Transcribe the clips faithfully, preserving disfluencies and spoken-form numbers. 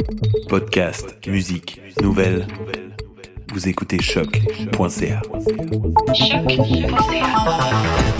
Podcast, musique, nouvelles. Vous écoutez choc point c a. choc point c a.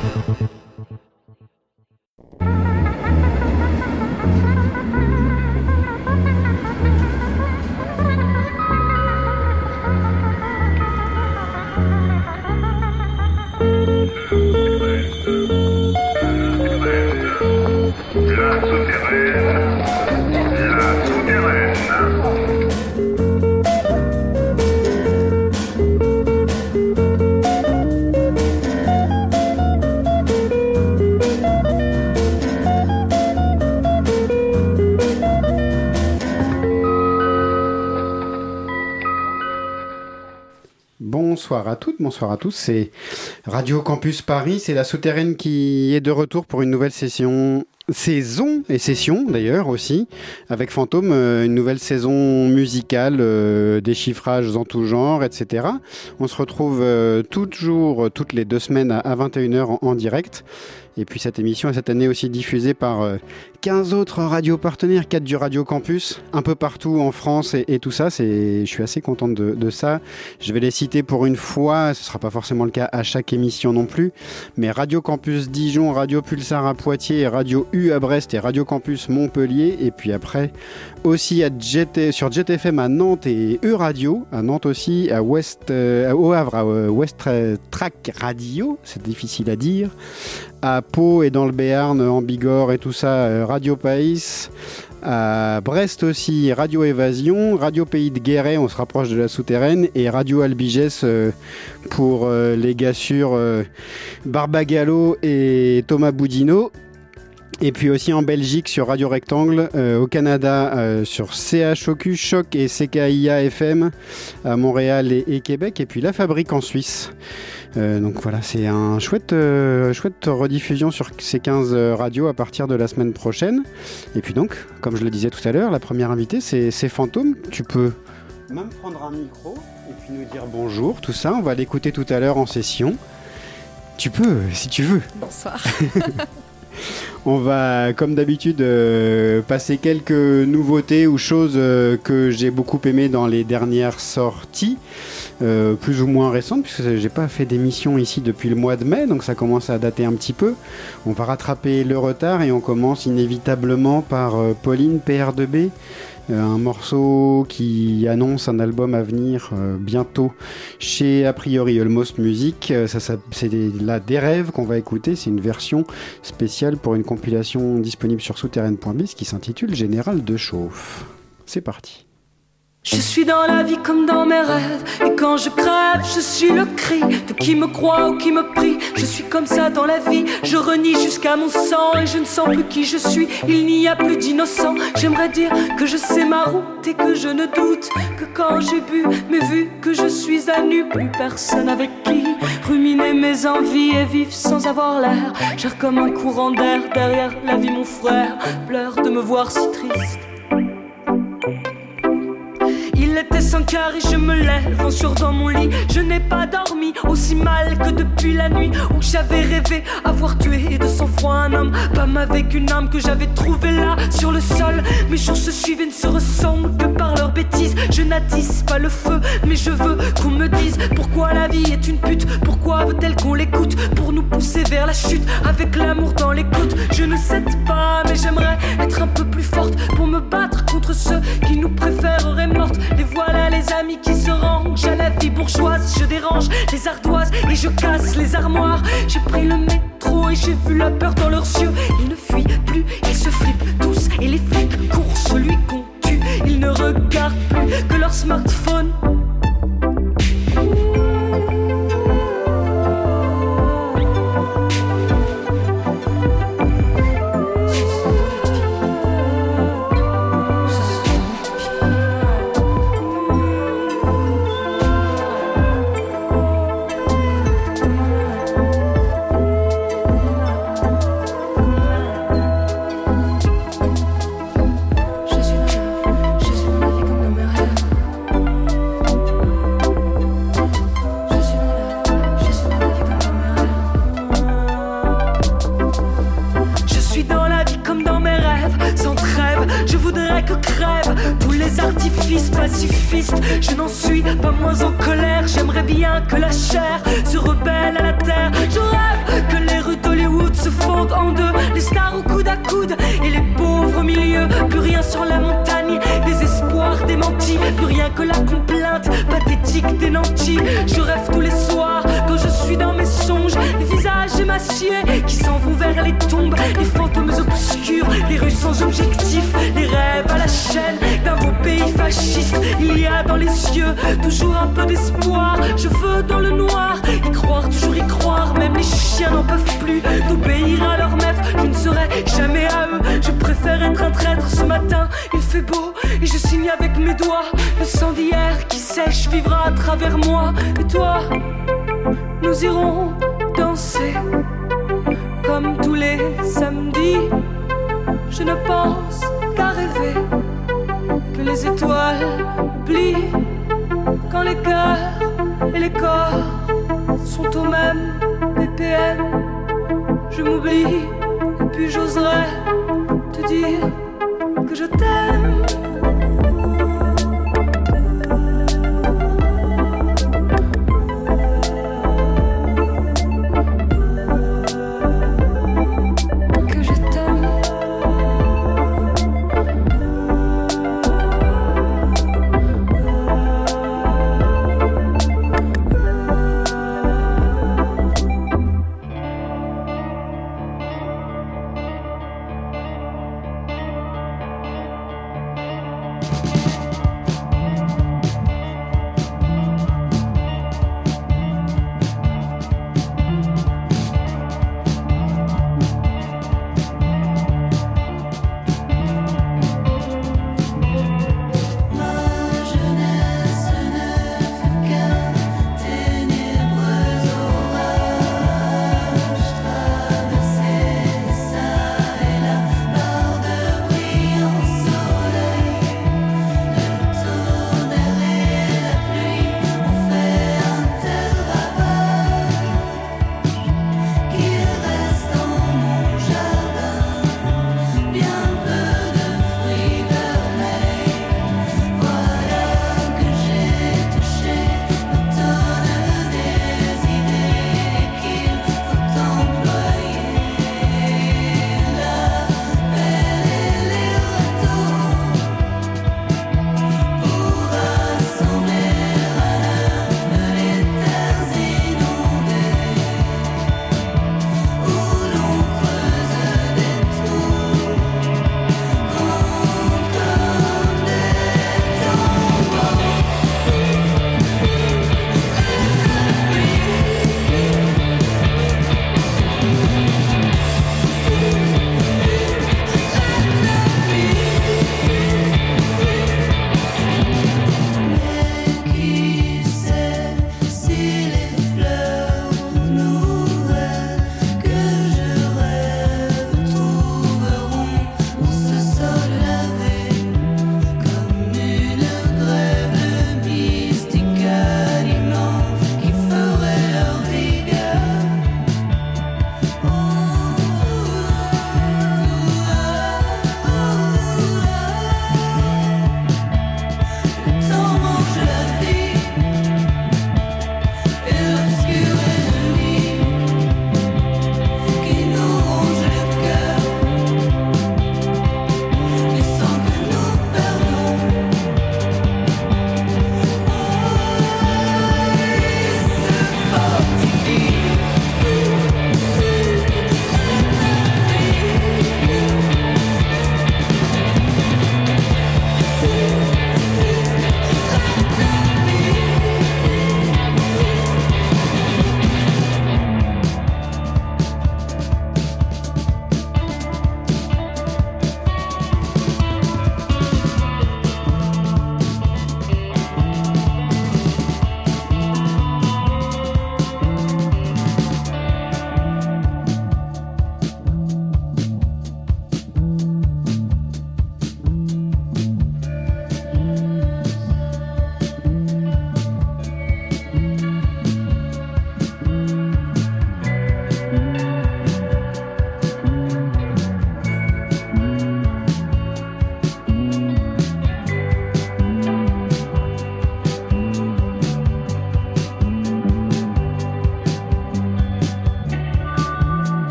Bonsoir à toutes, bonsoir à tous, c'est Radio Campus Paris, c'est la Souterraine qui est de retour pour une nouvelle session, saison et session d'ailleurs aussi, avec Fantôme, euh, une nouvelle saison musicale, euh, déchiffrages en tout genre, et cetera. On se retrouve euh, toujours toutes les deux semaines à, à vingt et une heures en, en direct. Et puis cette émission est cette année aussi diffusée par euh, quinze autres radios partenaires, quatre du Radio Campus, un peu partout en France et, et tout ça. C'est, je suis assez contente de, de ça. Je vais les citer pour une fois, ce ne sera pas forcément le cas à chaque émission non plus. Mais Radio Campus Dijon, Radio Pulsar à Poitiers, Radio U à Brest et Radio Campus Montpellier. Et puis après, aussi à Jet, sur Jet F M à Nantes et E-Radio, à Nantes aussi, à West, euh, au Havre, à West Track Radio, c'est difficile à dire. À Pau et dans le Béarn, en Bigorre et tout ça, Radio Pays. À Brest aussi, Radio Évasion. Radio Pays de Guéret, on se rapproche de la Souterraine. Et Radio Albigès pour euh, les gars sûrs euh, Barbagallo et Thomas Boudinot. Et puis aussi en Belgique sur Radio Rectangle, euh, au Canada euh, sur C H O Q, Choc et C K I A F M, à Montréal et, et Québec. Et puis La Fabrique en Suisse. Euh, donc voilà, c'est un chouette, euh, chouette rediffusion sur ces quinze radios à partir de la semaine prochaine. Et puis donc, comme je le disais tout à l'heure, la première invitée, c'est, c'est Fantôme. Tu peux même prendre un micro et puis nous dire bonjour, tout ça. On va l'écouter tout à l'heure en session. Tu peux, si tu veux. Bonsoir. On va, comme d'habitude, euh, passer quelques nouveautés ou choses euh, que j'ai beaucoup aimées dans les dernières sorties, euh, plus ou moins récentes, puisque j'ai pas fait d'émission ici depuis le mois de mai, donc ça commence à dater un petit peu. On va rattraper le retard et on commence inévitablement par euh, Pauline P R deux B. Euh, un morceau qui annonce un album à venir euh, bientôt chez a priori Almost Music. Euh, ça, ça, c'est des, là des rêves qu'on va écouter. C'est une version spéciale pour une compilation disponible sur souterraine point biz qui s'intitule Général de Chauffe. C'est parti. Je suis dans la vie comme dans mes rêves. Et quand je crève, je suis le cri de qui me croit ou qui me prie. Je suis comme ça dans la vie. Je renie jusqu'à mon sang et je ne sens plus qui je suis. Il n'y a plus d'innocent. J'aimerais dire que je sais ma route et que je ne doute que quand j'ai bu, mais vu que je suis à nu, plus personne avec qui ruminer mes envies et vivre sans avoir l'air. J'erre comme un courant d'air derrière la vie, mon frère pleure de me voir si triste. Il était cinq heures et je me lève en sueur dans mon lit. Je n'ai pas dormi aussi mal que depuis la nuit où j'avais rêvé avoir tué de sang-froid un homme. Pas avec une âme que j'avais trouvée là sur le sol. Mes jours se suivent et ne se ressemblent que par leurs bêtises. Je n'attise pas le feu mais je veux qu'on me dise pourquoi la vie est une pute. Pourquoi veut-elle qu'on l'écoute pour nous pousser vers la chute avec l'amour dans les côtes. Je ne cède pas mais j'aimerais être un peu plus forte pour me battre contre ceux qui nous préféreraient mortes. Les voilà les amis qui se rangent à la vie bourgeoise. Je dérange les ardoises et je casse les armoires. J'ai pris le métro et j'ai vu la peur dans leurs yeux. Ils ne fuient plus, ils se flippent tous. Et les flics courent celui qu'on tue. Ils ne regardent plus que leur smartphone. Je suis dans la vie comme dans mes rêves. pacifiste, pacifiste. Je n'en suis pas moins en colère. J'aimerais bien que la chair se rebelle à la terre. Je rêve que les rues d'Hollywood se fondent en deux, les stars au coude à coude et les pauvres au milieu. Plus rien sur la montagne, des espoirs démentis. Plus rien que la complainte pathétique des nantis. Je rêve tous les soirs quand je suis dans mes songes, les visages émaciés qui s'en vont vers les tombes, les fantômes obscurs, les rues sans objectif, les rêves à la chaîne d'un beau pays fasciste. Il y a dans les yeux toujours un peu d'espoir. Je veux dans le noir y croire, toujours y croire. Même les chiens n'en peuvent plus d'obéir à leur maître. Je ne serai jamais à eux, je préfère être un traître. Ce matin il fait beau et je signe avec mes doigts. Le sang d'hier qui sèche vivra à travers moi. Et toi, nous irons danser comme tous les samedis. Je ne pense qu'à rêver que les étoiles oublient quand les cœurs et les corps sont au même B P M. Je m'oublie et puis j'oserais te dire que je t'aime.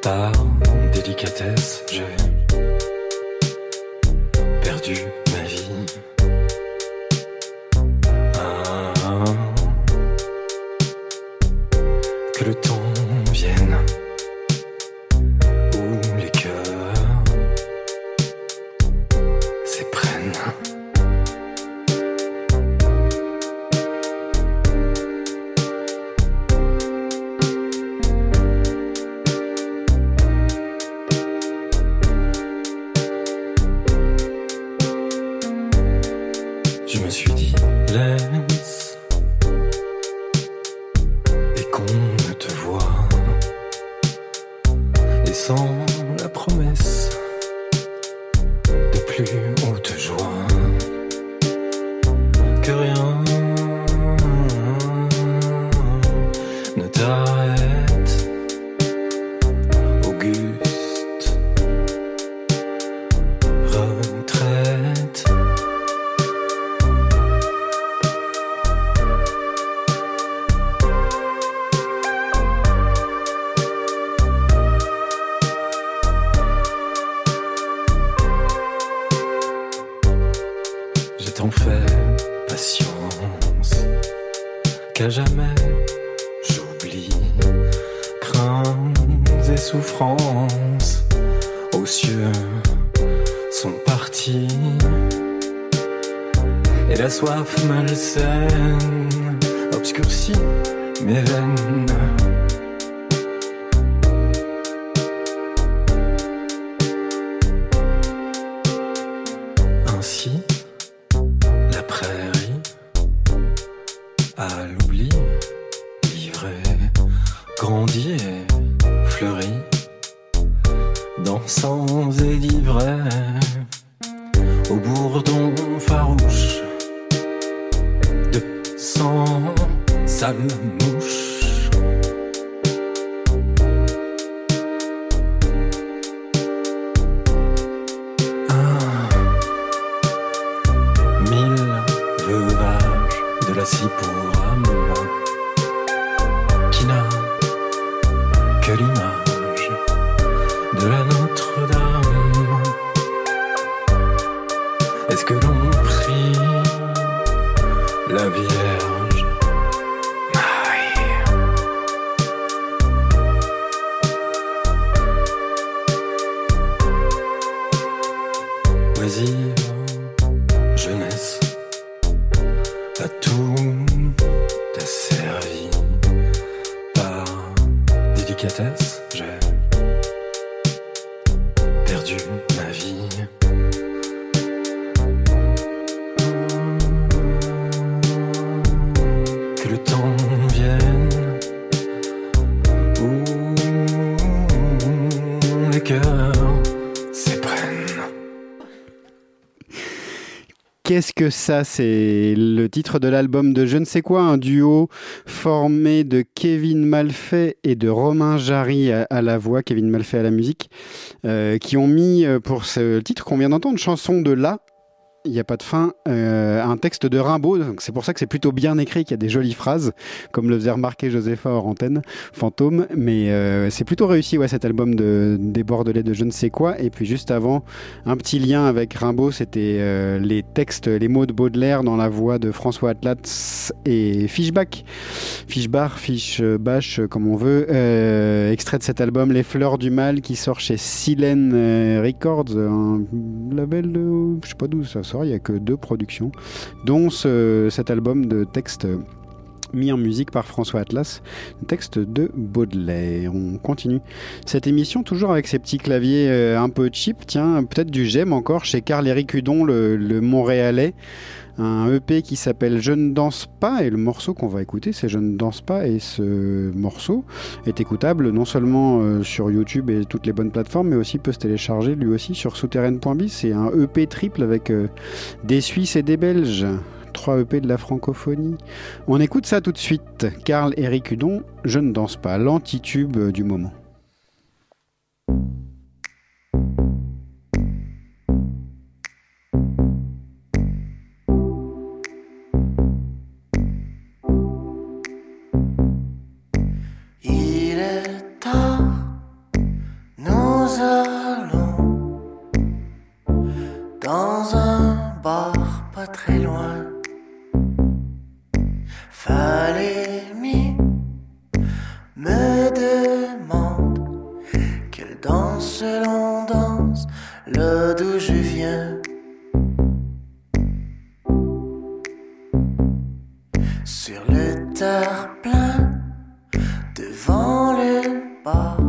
Par délicatesse, j'ai perdu ma vie. Ah, ah. Que le temps vienne où les cœurs s'éprennent. Je me suis dit, laisse, et qu'on ne te voit, et sans la promesse de plus haute joie, que rien ne t'arrête, Auguste, retraite. J'ai tant fait patience qu'à jamais j'oublie craintes et souffrances aux cieux sont partis et la soif malsaine obscurcit mes veines. Ainsi, la prairie à l'oubli, livrée, grandit et fleurit, dansant et livrée au bourdon farouche de cent sales mouches. De la scie pour âme qui n'a que l'image de la Notre-Dame. Est-ce que l'on prie la Vierge Marie? Loisir, jeunesse, à tout t'a servi. Par délicatesse, j'ai perdu ma vie. Que le temps vienne où les cœurs s'éprennent. Qu'est-ce que ça? C'est le titre de l'album de Je ne sais quoi, un duo formé de Kevin Malfait et de Romain Jarry à, à la voix, Kevin Malfait à la musique, euh, qui ont mis pour ce titre qu'on vient d'entendre, chanson de La, il n'y a pas de fin, euh, un texte de Rimbaud. Donc c'est pour ça que c'est plutôt bien écrit, qu'il y a des jolies phrases, comme le faisait remarquer Josepha hors antenne, Fantôme. Mais euh, c'est plutôt réussi, ouais, cet album de, des Bordelais de Je ne sais quoi. Et puis juste avant, un petit lien avec Rimbaud, c'était euh, les textes, les mots de Baudelaire dans la voix de François Atlas et Fischbach. Fischbach, Fischbach, comme on veut. Euh, extrait de cet album, Les Fleurs du Mal, qui sort chez Silène Records, un label de, je sais pas d'où ça sort, il n'y a que deux productions, dont ce, cet album de textes mis en musique par François Atlas, texte de Baudelaire. On continue cette émission toujours avec ces petits claviers euh, un peu cheap, tiens, peut-être du J'aime encore, chez Carl-Éric Hudon, le, le Montréalais. Un E P qui s'appelle Je ne danse pas, et le morceau qu'on va écouter c'est Je ne danse pas, et ce morceau est écoutable non seulement euh, sur YouTube et toutes les bonnes plateformes, mais aussi peut se télécharger lui aussi sur souterraine point b. C'est un E P triple avec euh, des Suisses et des Belges, trois E P de la francophonie. On écoute ça tout de suite. Carl-Éric Hudon, Je ne danse pas, l'anti-tube du moment. très loin. Valémie me demande quelle danse l'on danse là d'où je viens. Sur le terre-plein devant le bar,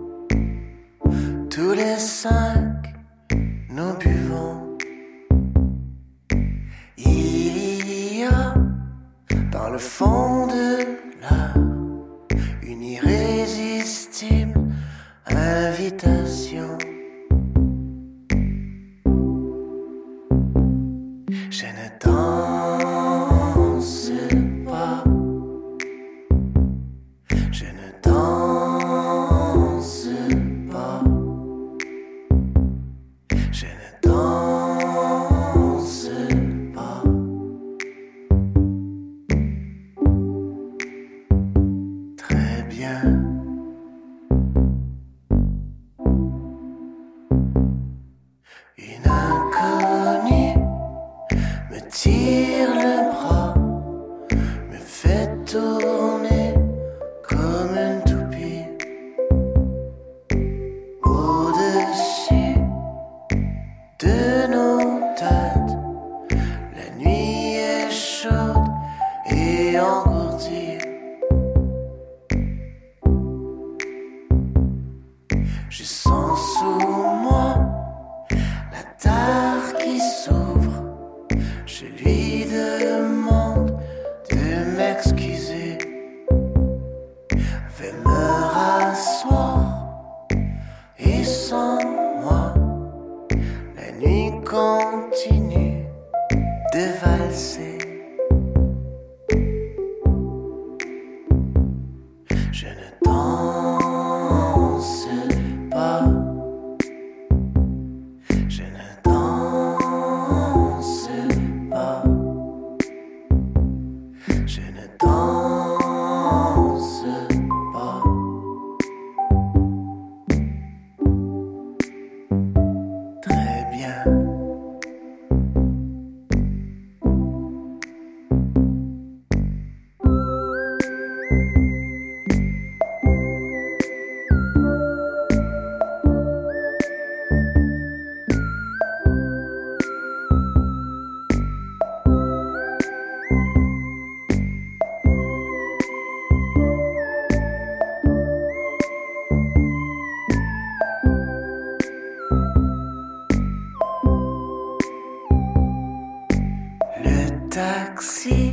tous les cinq nous buvons. Il y a dans le fond de l'art une irrésistible invitation. Je ne danse pas, je ne danse pas, je ne danse pas. Très bien. Une inconnue me tire le bras, me fait tourner comme une toupie. Au-dessus de nos têtes, la nuit est chaude et engourdie. Je sens sous moi la terre qui s'ouvre. Je lui demande de m'excuser. Vais me rasseoir et sans moi la nuit continue de valser. Je ne danse pas, je ne danse pas, je ne danse pas. Très bien. Le taxi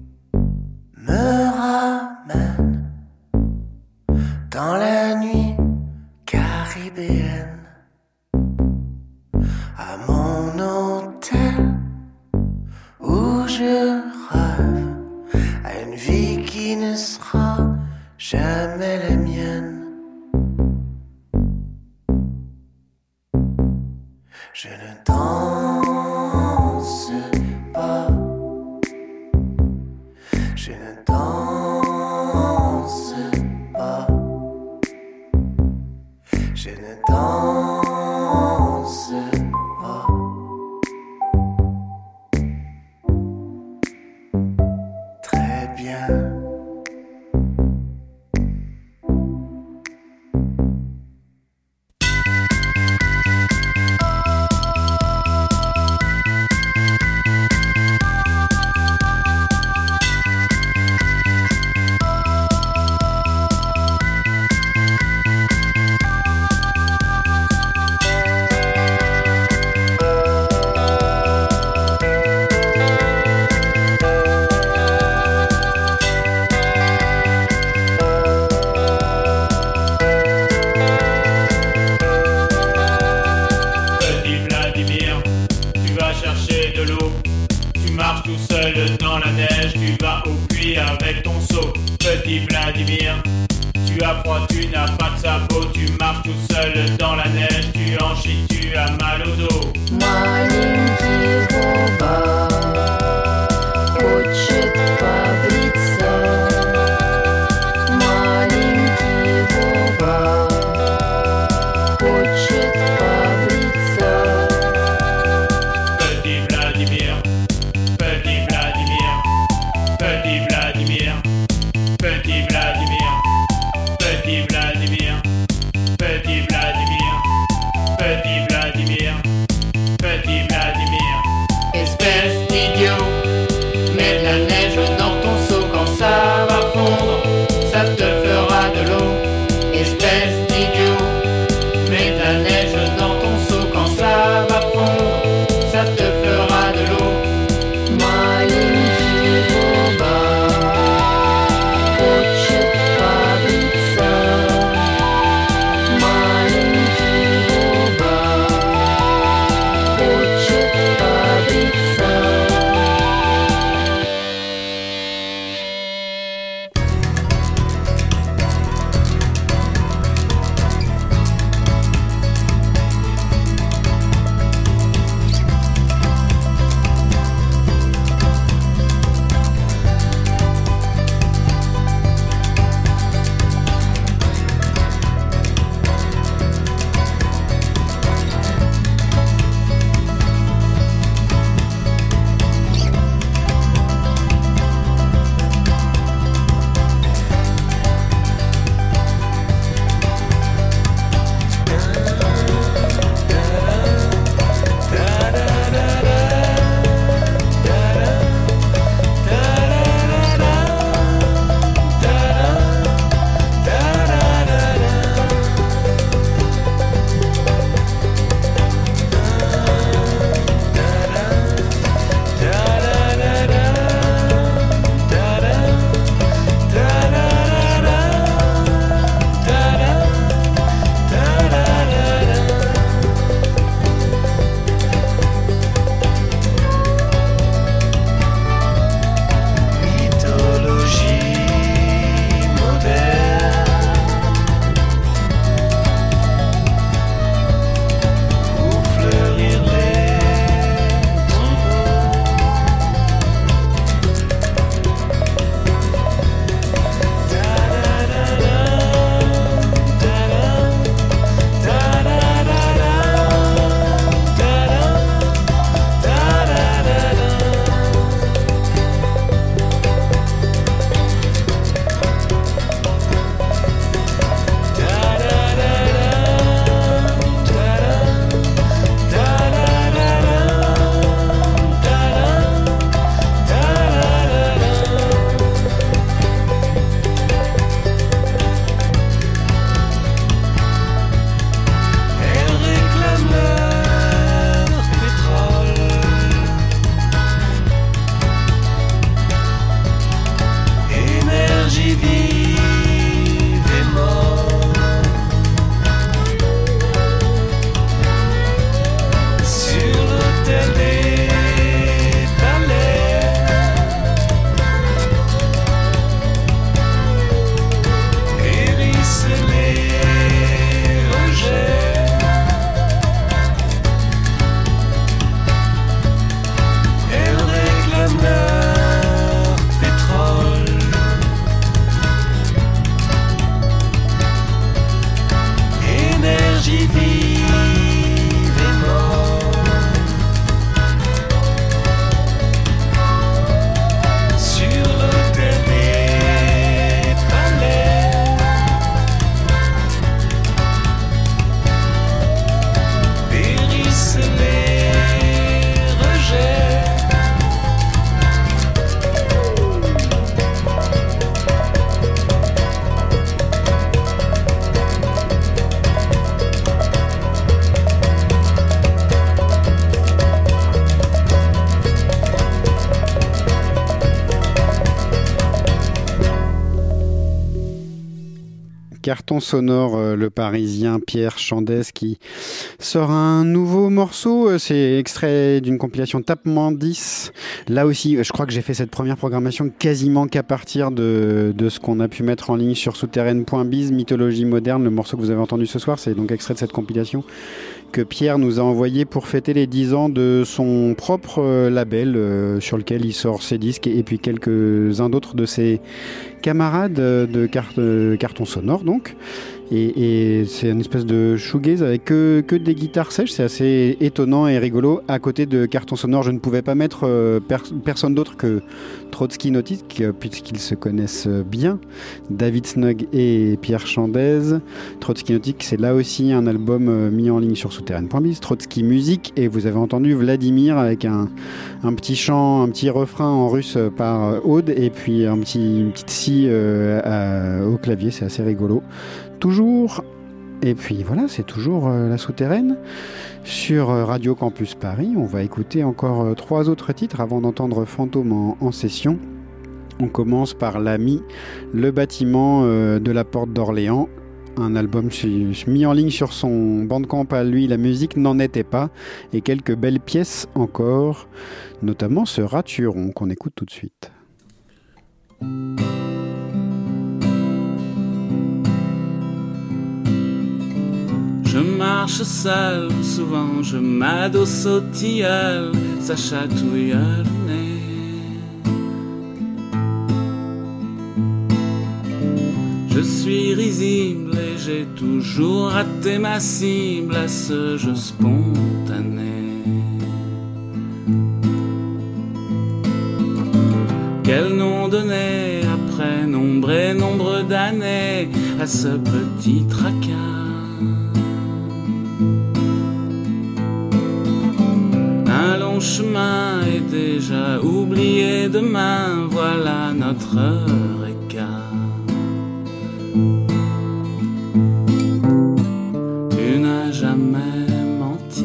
me ramène dans la nuit caribéenne à mon hôtel où je rêve à une vie qui ne sera jamais la mienne. Je ne danse pas, je ne danse pas, je ne danse pas. Très bien. Petit Vladimir, tu vas chercher de l'eau. Tu marches tout seul dans la neige, tu vas au puits avec ton seau. Petit Vladimir, tu as froid, tu n'as pas de sabot. Tu marches tout seul dans la neige, tu en chies, tu as mal au dos. Маленький Вова хочет побриться. Маленький Вова хочет побриться. Petit Vladimir, Carton Sonore, euh, le Parisien Pierre Chandès qui sort un nouveau morceau. C'est extrait d'une compilation Tapement dix. Là aussi, je crois que j'ai fait cette première programmation quasiment qu'à partir de, de ce qu'on a pu mettre en ligne sur souterraine point biz, Mythologie moderne. Le morceau que vous avez entendu ce soir, c'est donc extrait de cette compilation que Pierre nous a envoyé pour fêter les dix ans de son propre euh, label euh, sur lequel il sort ses disques et, et puis quelques-uns d'autres de ses camarades de cart- euh, Carton Sonore donc. Et, et c'est une espèce de shoegaze avec que, que des guitares sèches, c'est assez étonnant et rigolo. À côté de Carton Sonore, je ne pouvais pas mettre euh, per- personne d'autre que Trotsky Nautique, puisqu'ils se connaissent bien, David Snug et Pierre Chandès. Trotsky Nautique, c'est là aussi un album euh, mis en ligne sur souterraine point biz, Trotsky Musique, et vous avez entendu Vladimir avec un, un petit chant, un petit refrain en russe par Aude, et puis un petit, une petite scie euh, à, au clavier, c'est assez rigolo. Toujours, et puis voilà, c'est toujours euh, la souterraine sur euh, Radio Campus Paris. On va écouter encore euh, trois autres titres avant d'entendre Fantôme en, en session. On commence par L'Ami, le bâtiment euh, de la Porte d'Orléans, un album su- mis en ligne sur son Bandcamp à lui. La musique n'en était pas, et quelques belles pièces encore, notamment ce Raturon qu'on écoute tout de suite. Je marche seul, souvent je m'adosse au tilleul, ça chatouille le nez. Je suis risible et j'ai toujours raté ma cible à ce jeu spontané. Quel nom donner après nombre et nombre d'années à ce petit tracas? Un long chemin est déjà oublié demain, voilà notre heure et quart. Tu n'as jamais menti,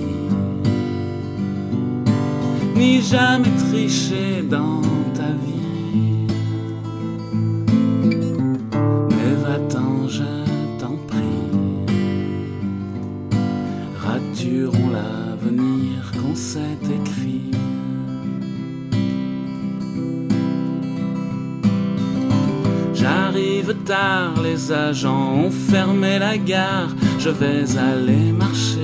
ni jamais triché dans ta vie. Mais va-t'en, je t'en prie, raturons l'avenir qu'on s'est écrit. J'arrive tard, les agents ont fermé la gare, je vais aller marcher.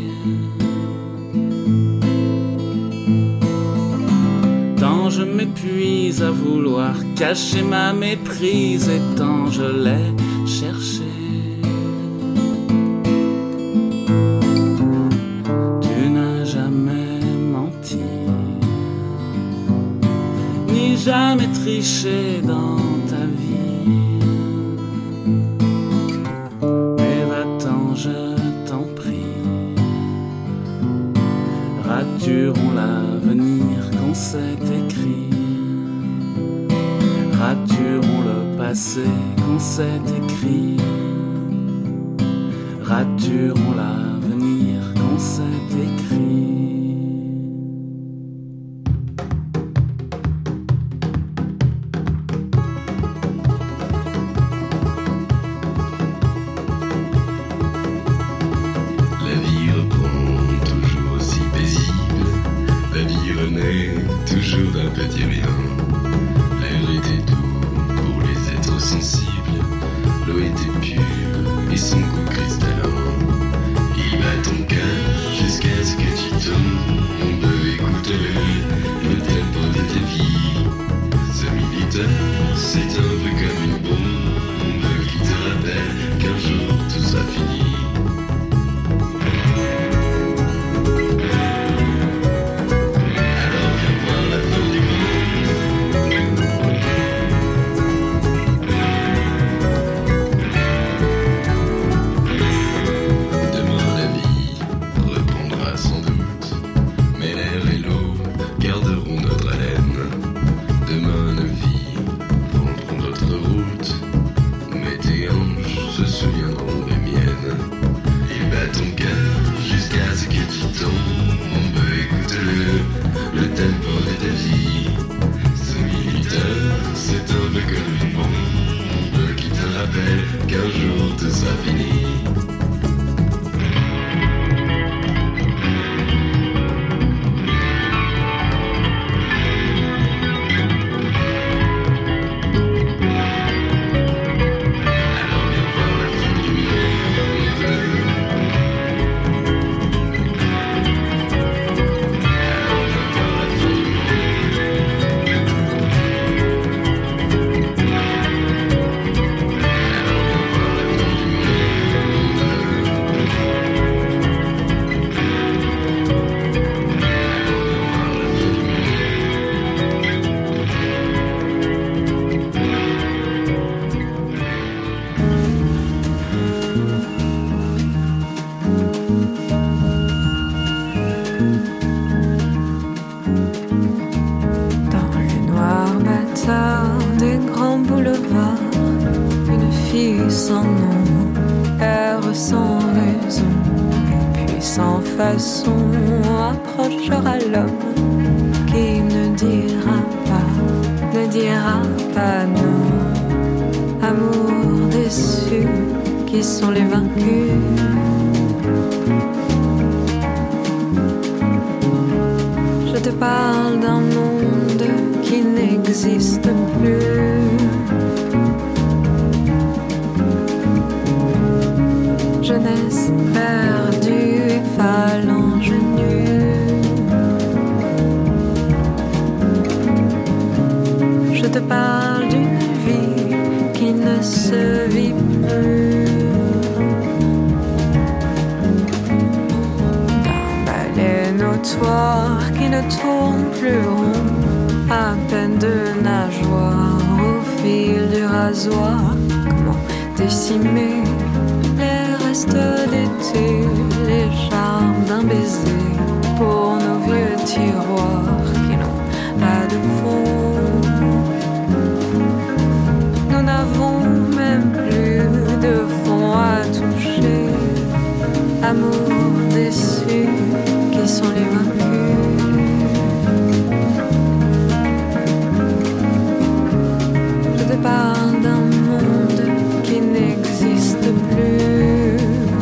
Tant je m'épuise à vouloir cacher ma méprise, et tant je l'ai cherché. Jamais triché dans ta vie. Mais va-t'en, je t'en prie, raturons l'avenir qu'on s'est écrit. Raturons le passé qu'on s'est écrit. Raturons l'avenir qu'on s'est écrit. Petit rien, l'air était doux pour les êtres sensibles, l'eau était pure et son goût cristallin. Il bat ton cœur jusqu'à ce que tu tombes, on peut écouter le tempo de ta vie. Ce militaire, c'est un peu comme une bombe, on veut qu'il te rappelle qu'un jour tout sera fini. Qu'un jour tout un nom, erre sans raison, et puis sans façon approchera l'homme qui ne dira pas, ne dira pas non. Amour déçu, qui sont les vaincus. Je te parle d'un monde qui n'existe plus. Jeunesse perdue, phalange nue. Je te parle d'une vie qui ne se vit plus. D'un balai notoire qui ne tourne plus rond, à peine de nageoire au fil du rasoir. Comment décimer les restes d'été, les charmes d'un baiser pour nos vieux tiroirs qui n'ont pas de fond. Nous n'avons même plus de fond à toucher. Amour déçu, qui sont les vaincus. Je te parle d'un monde qui n'existe plus.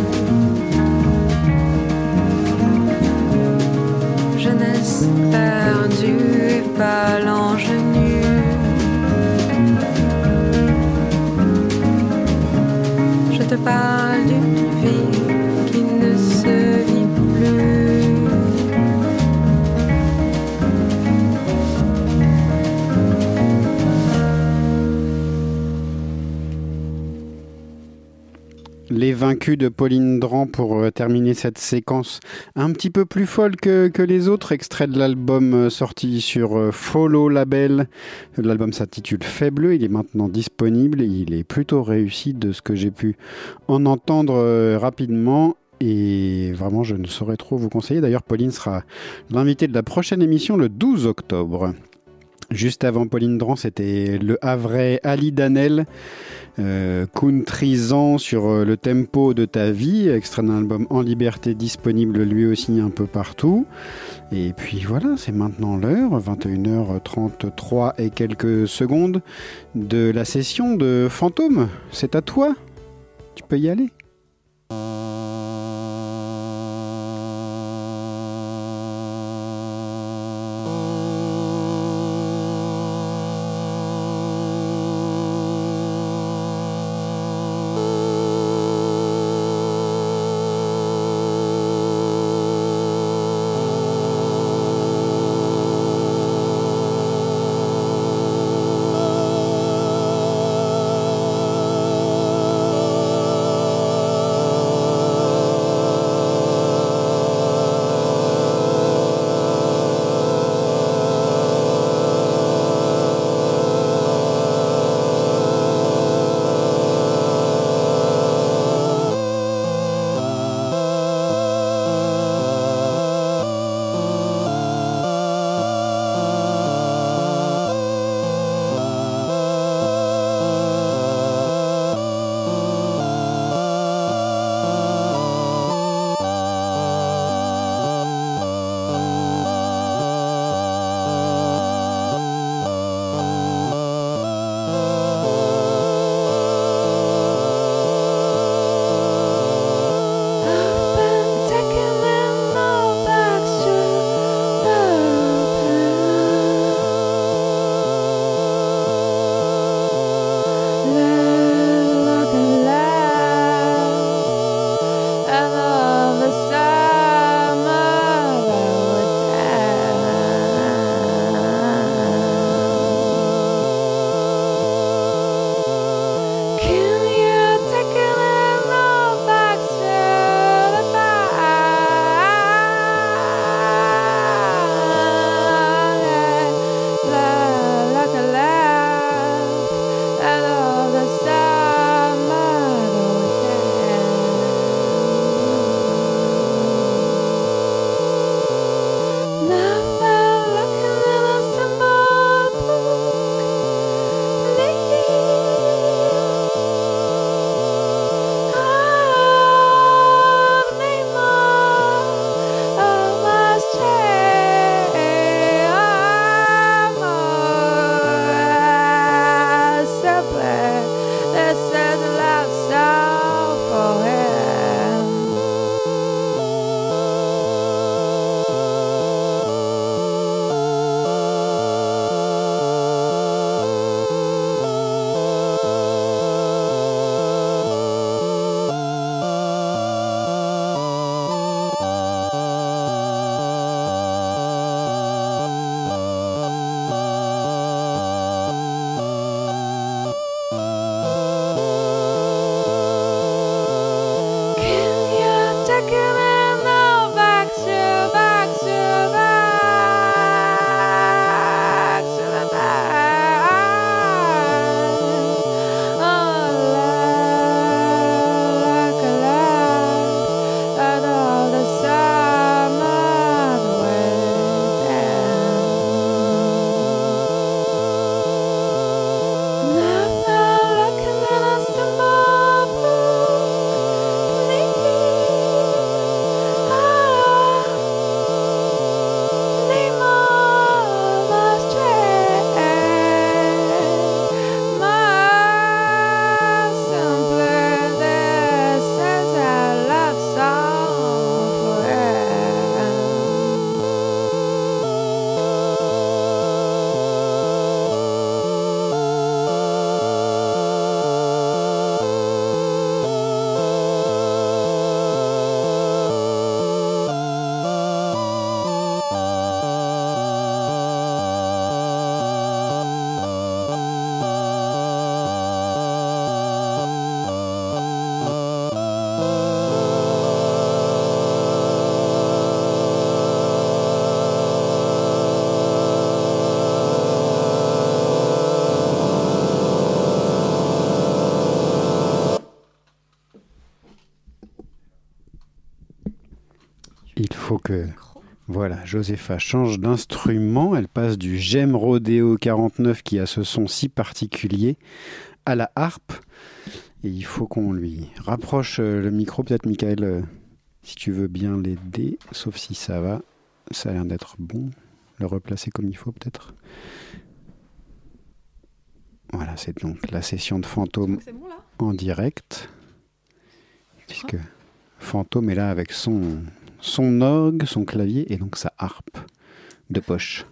Jeunesse perdue et phalange nue. Je te parle d'une vie qui ne se vit plus. Les Vaincus de Pauline Dran pour euh, terminer cette séquence un petit peu plus folle que, que les autres, extrait de l'album euh, sorti sur euh, Follow Label. L'album s'intitule Faibleux, il est maintenant disponible, il est plutôt réussi de ce que j'ai pu en entendre euh, rapidement. Et vraiment, je ne saurais trop vous conseiller. D'ailleurs, Pauline sera l'invitée de la prochaine émission le douze octobre. Juste avant Pauline Dran, c'était le Havrais Ali Danel, euh, countrysant sur euh, le tempo de ta vie, extrait d'un album En Liberté disponible lui aussi un peu partout. Et puis voilà, c'est maintenant l'heure, vingt et une heures trente-trois et quelques secondes de la session de Fantôme. C'est à toi, tu peux y aller. Oh Il faut que... Voilà, Josépha change d'instrument. Elle passe du Jem Rodeo quarante-neuf qui a ce son si particulier à la harpe. Et il faut qu'on lui rapproche le micro. Peut-être, Michael, euh, si tu veux bien l'aider, sauf si ça va. Ça a l'air d'être bon. Le replacer comme il faut, peut-être. Voilà, c'est donc la session de Fantôme c'est bon, là en direct. Puisque Fantôme est là avec son, son orgue, son clavier et donc sa harpe de poche.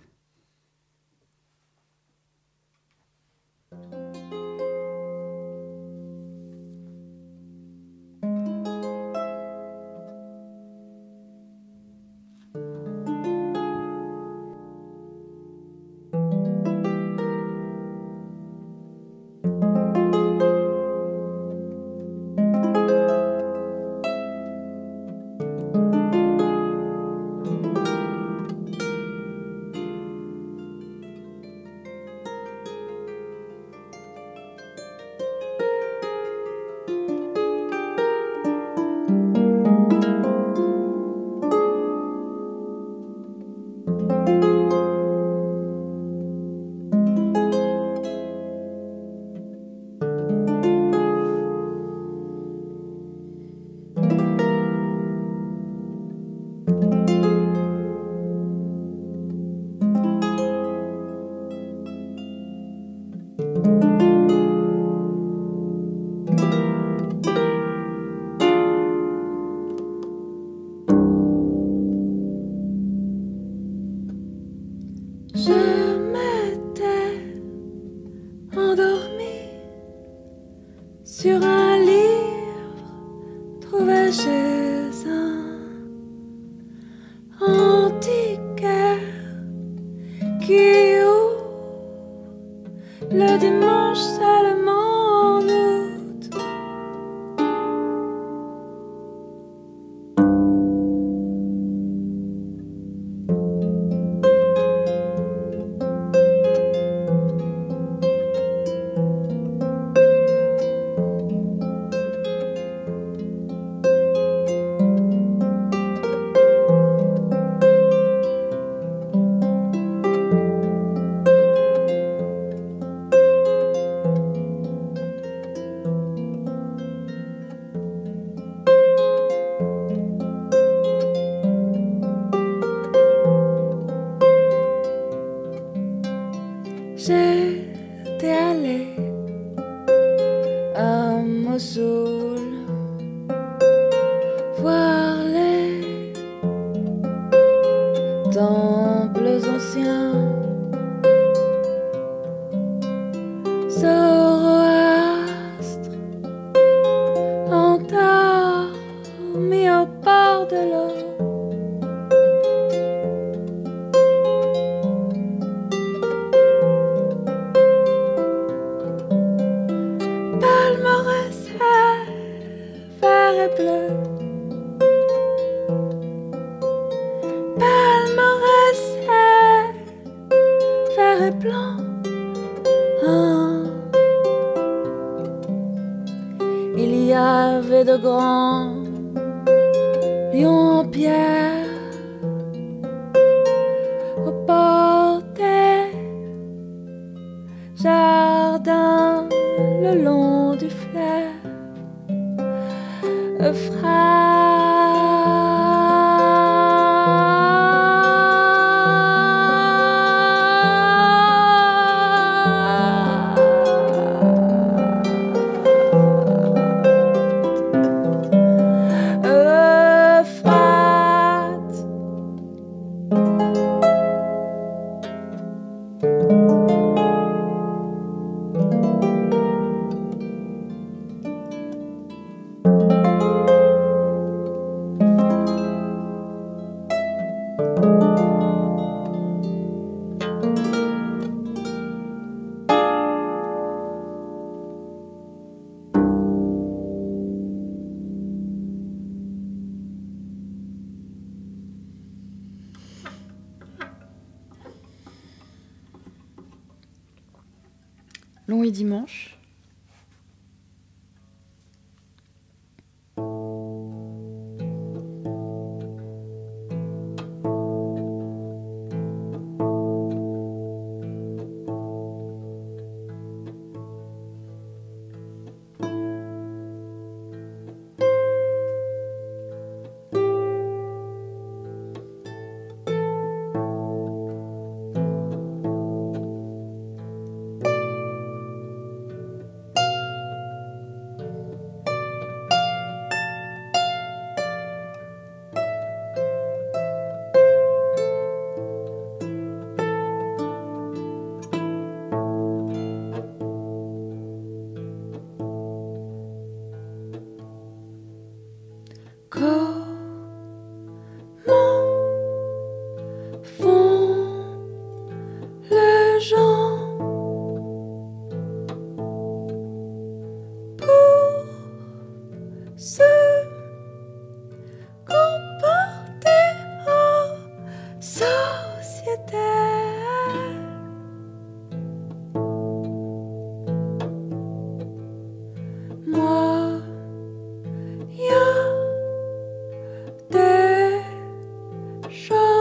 Long et dimanche.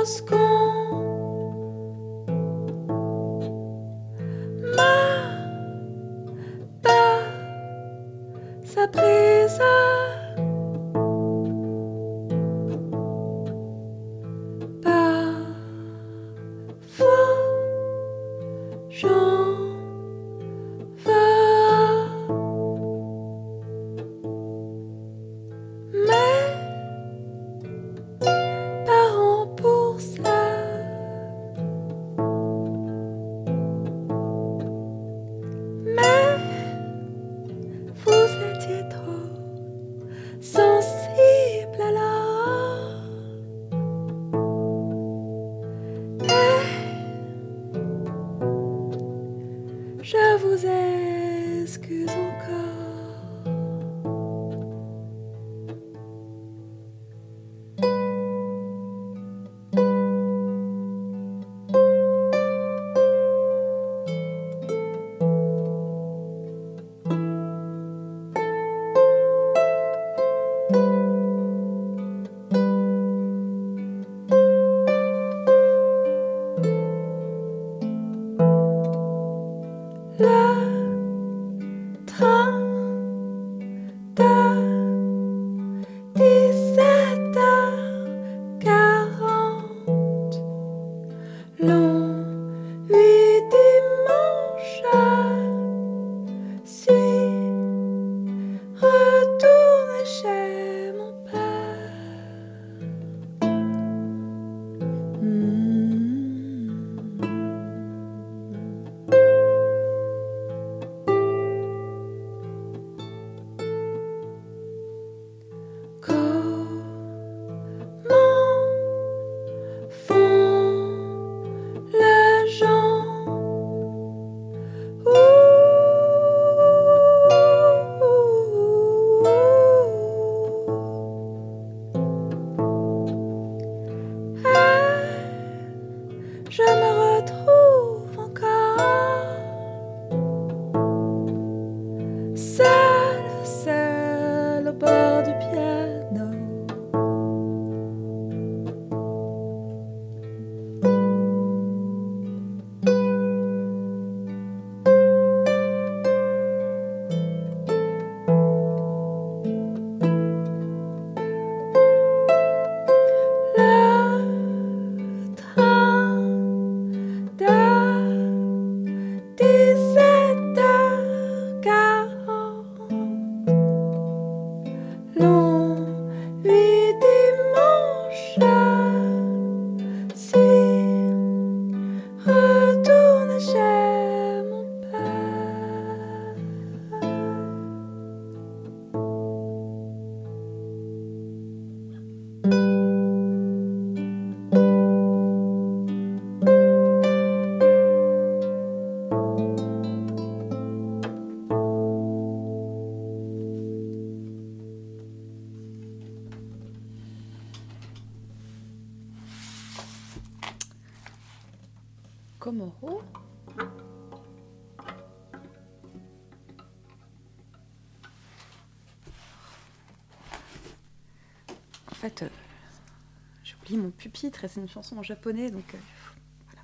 Komoro. En fait, euh, j'ai oublié mon pupitre et c'est une chanson en japonais, donc euh, voilà.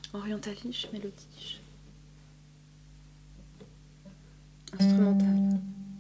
Orientalisch, mélodisch. Instrumental.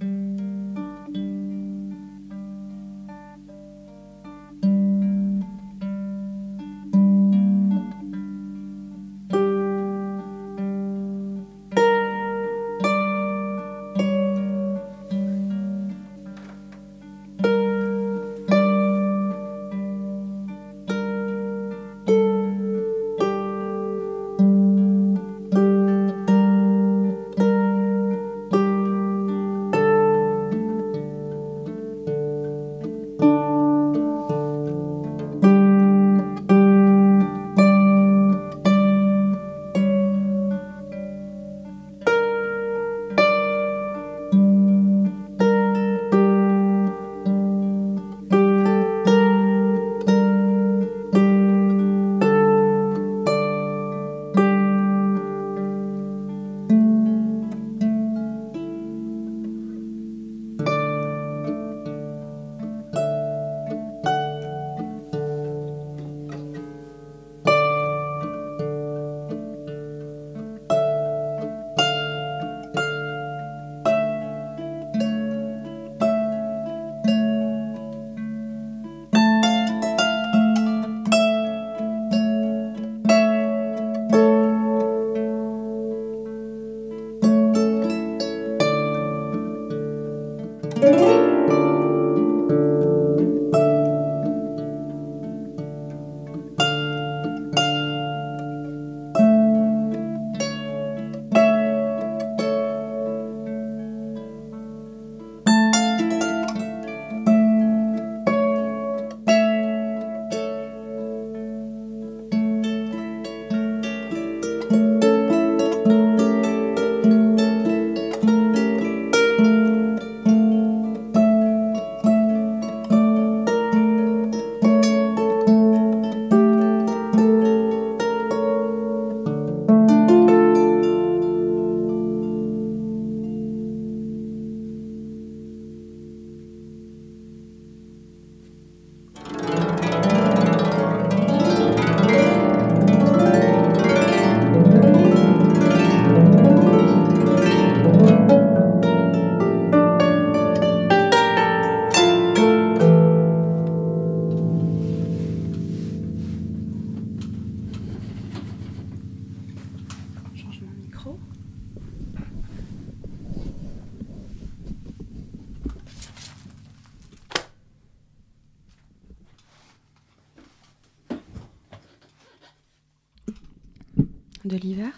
De l'hiver.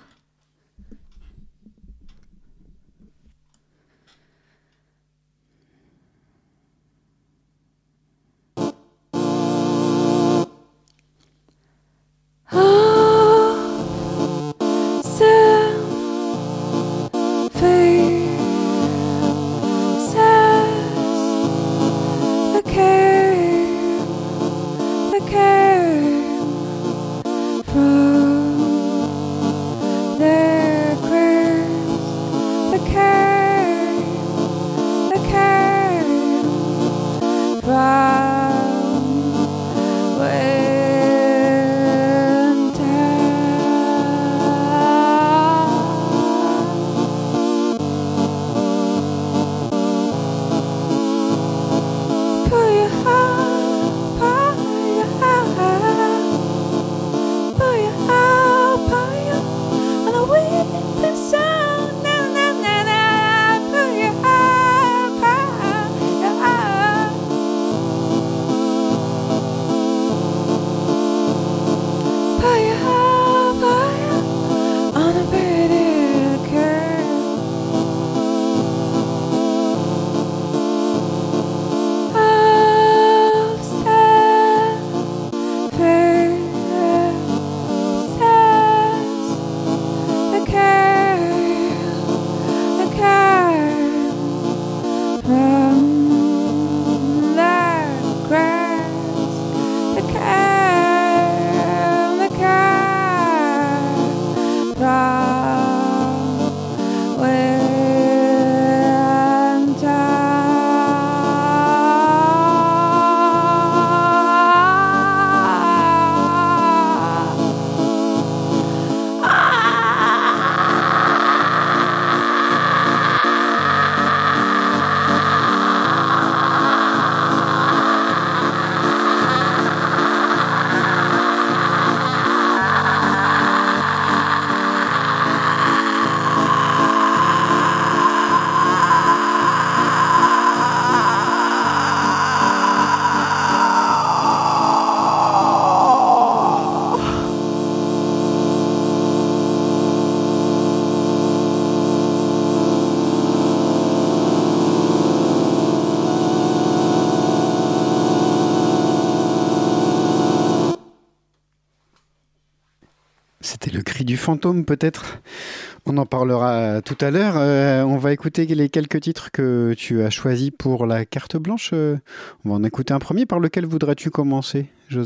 C'était le cri du fantôme, peut-être. On en parlera tout à l'heure. Euh, on va écouter les quelques titres que tu as choisis pour la carte blanche. Euh, on va en écouter un premier. Par lequel voudrais-tu commencer, Josepha ?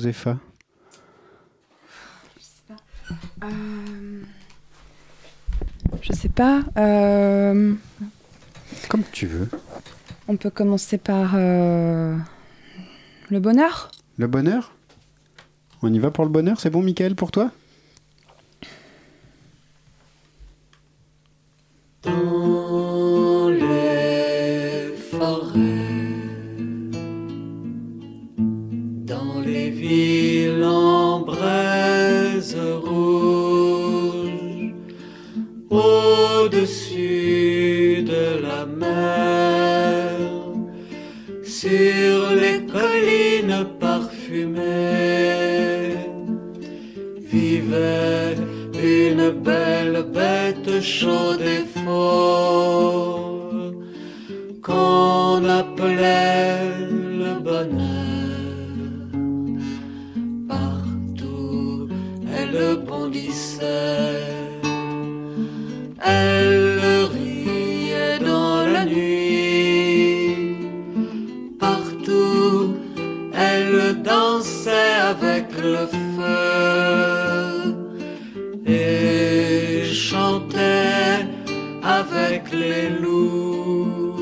Je sais pas. Euh... Je sais pas. Euh... Comme tu veux. On peut commencer par euh... le bonheur. Le bonheur ? On y va pour le bonheur, c'est bon, Mickaël, pour toi ? Dans les forêts, dans les villes en braise rouge, au-dessus de la mer, sur les collines parfumées, vivait une belle bête chaude et fort qu'on appelait le bonheur. Partout elle bondissait, elle riait dans la nuit. Partout elle dansait avec le feu et chantait avec les loups.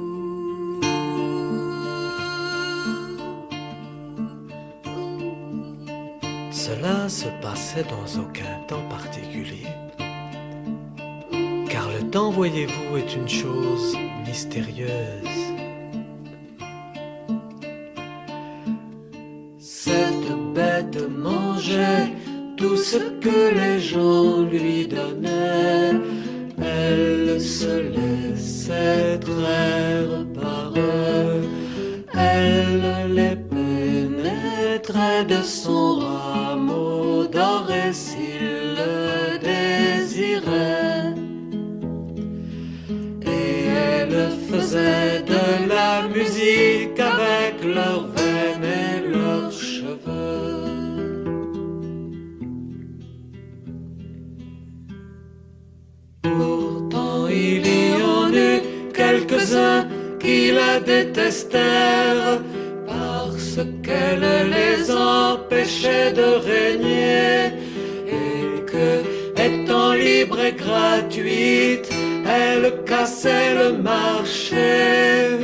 Cela se passait dans aucun temps particulier, car le temps, voyez-vous, est une chose mystérieuse. Cette bête mangeait tout ce que les gens lui donnaient, elle se laissait traire par eux, elle les pénétrait de son rameau doré s'il le désirait, et elle faisait de la musique avec leurs veines et leurs cheveux. Pourtant il y en eut quelques-uns qui la détestèrent parce qu'elle les empêchait de régner, et que, étant libre et gratuite, elle cassait le marché.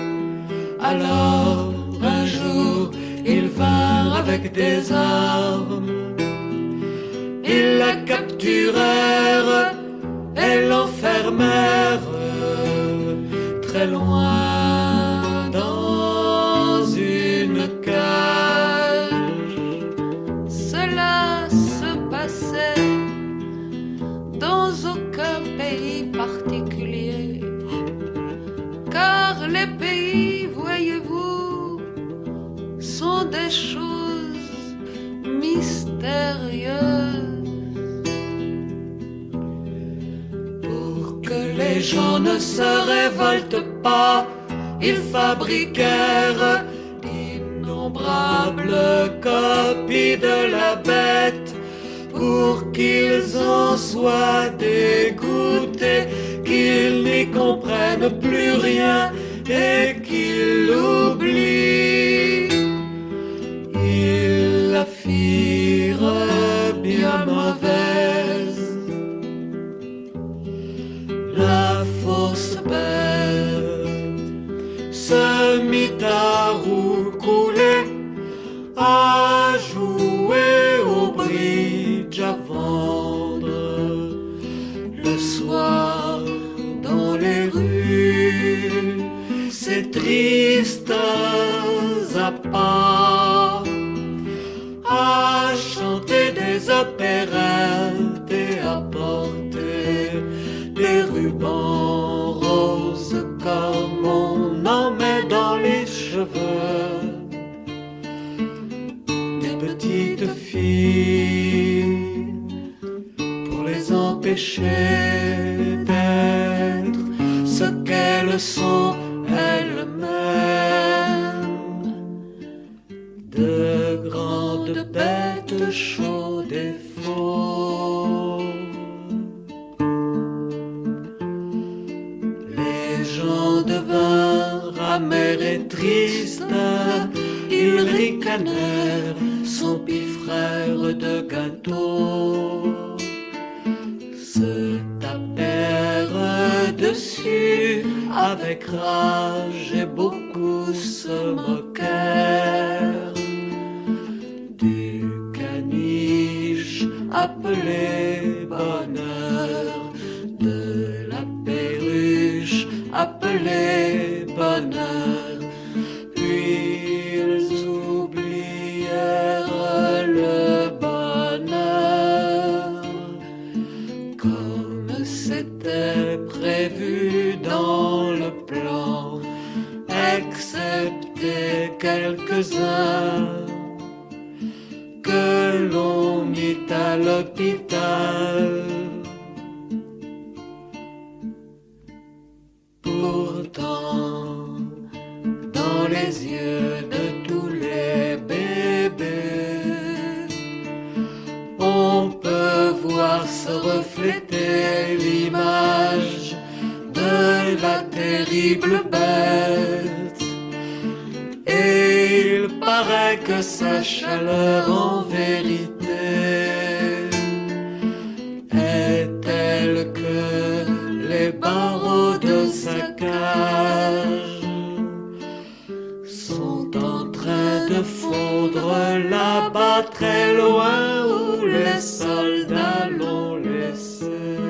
Alors un jour ils vinrent avec des armes, ils la capturèrent et l'enfermèrent très loin dans une cage. Cela se passait dans aucun pays particulier, car les pays, voyez-vous, sont des choses mystérieuses. Les gens ne se révoltent pas, ils fabriquèrent d'innombrables copies de la bête pour qu'ils en soient dégoûtés, qu'ils n'y comprennent plus rien et qu'ils l'oublient. Ils la firent bien mauvaise, la fausse bête se mit à roucouler, à jouer au bridge, à vendre le soir dans les rues ses tristes appâts, à chanter des opérettes et à porter des rubans roses comme on en met dans les cheveux des petites filles pour les empêcher d'être ce qu'elles sont elles-mêmes, de grandes bêtes chaudes et fausses. père est triste, ils ricanèrent son petit frère de gâteau. Se tapèrent dessus avec rage et beaucoup se moquèrent du caniche appelé bonheur, de la perruche appelée bonheur, puis ils oublièrent le bonheur comme c'était prévu dans le plan, excepté quelques-uns que l'on mit à l'hôpital. Pourtant, dans les yeux de tous les bébés, on peut voir se refléter l'image de la terrible bête. Et il paraît que sa chaleur en vérité est telle que les barreaux de sa cage sont en train de fondre là-bas très loin où les soldats l'ont laissé.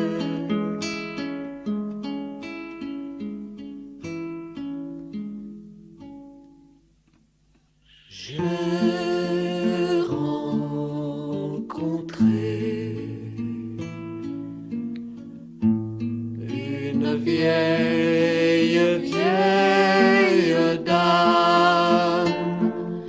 J'ai rencontré une vieille, vieille dame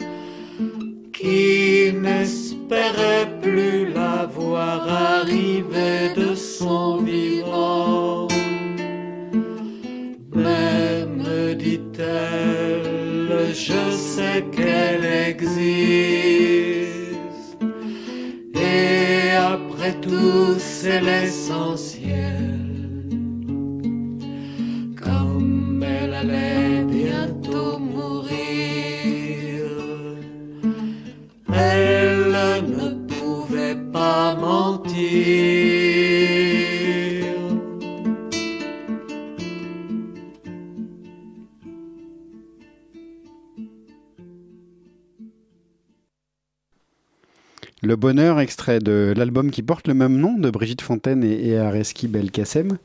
qui n'espérait plus la voir arriver de son vivant. Mais me dit-elle, je sais qu'elle existe, et après tout c'est l'essentiel. Comme elle allait bientôt mourir, elle ne pouvait pas mentir. Le bonheur, extrait de l'album qui porte le même nom de Brigitte Fontaine et, et Areski Belkacem.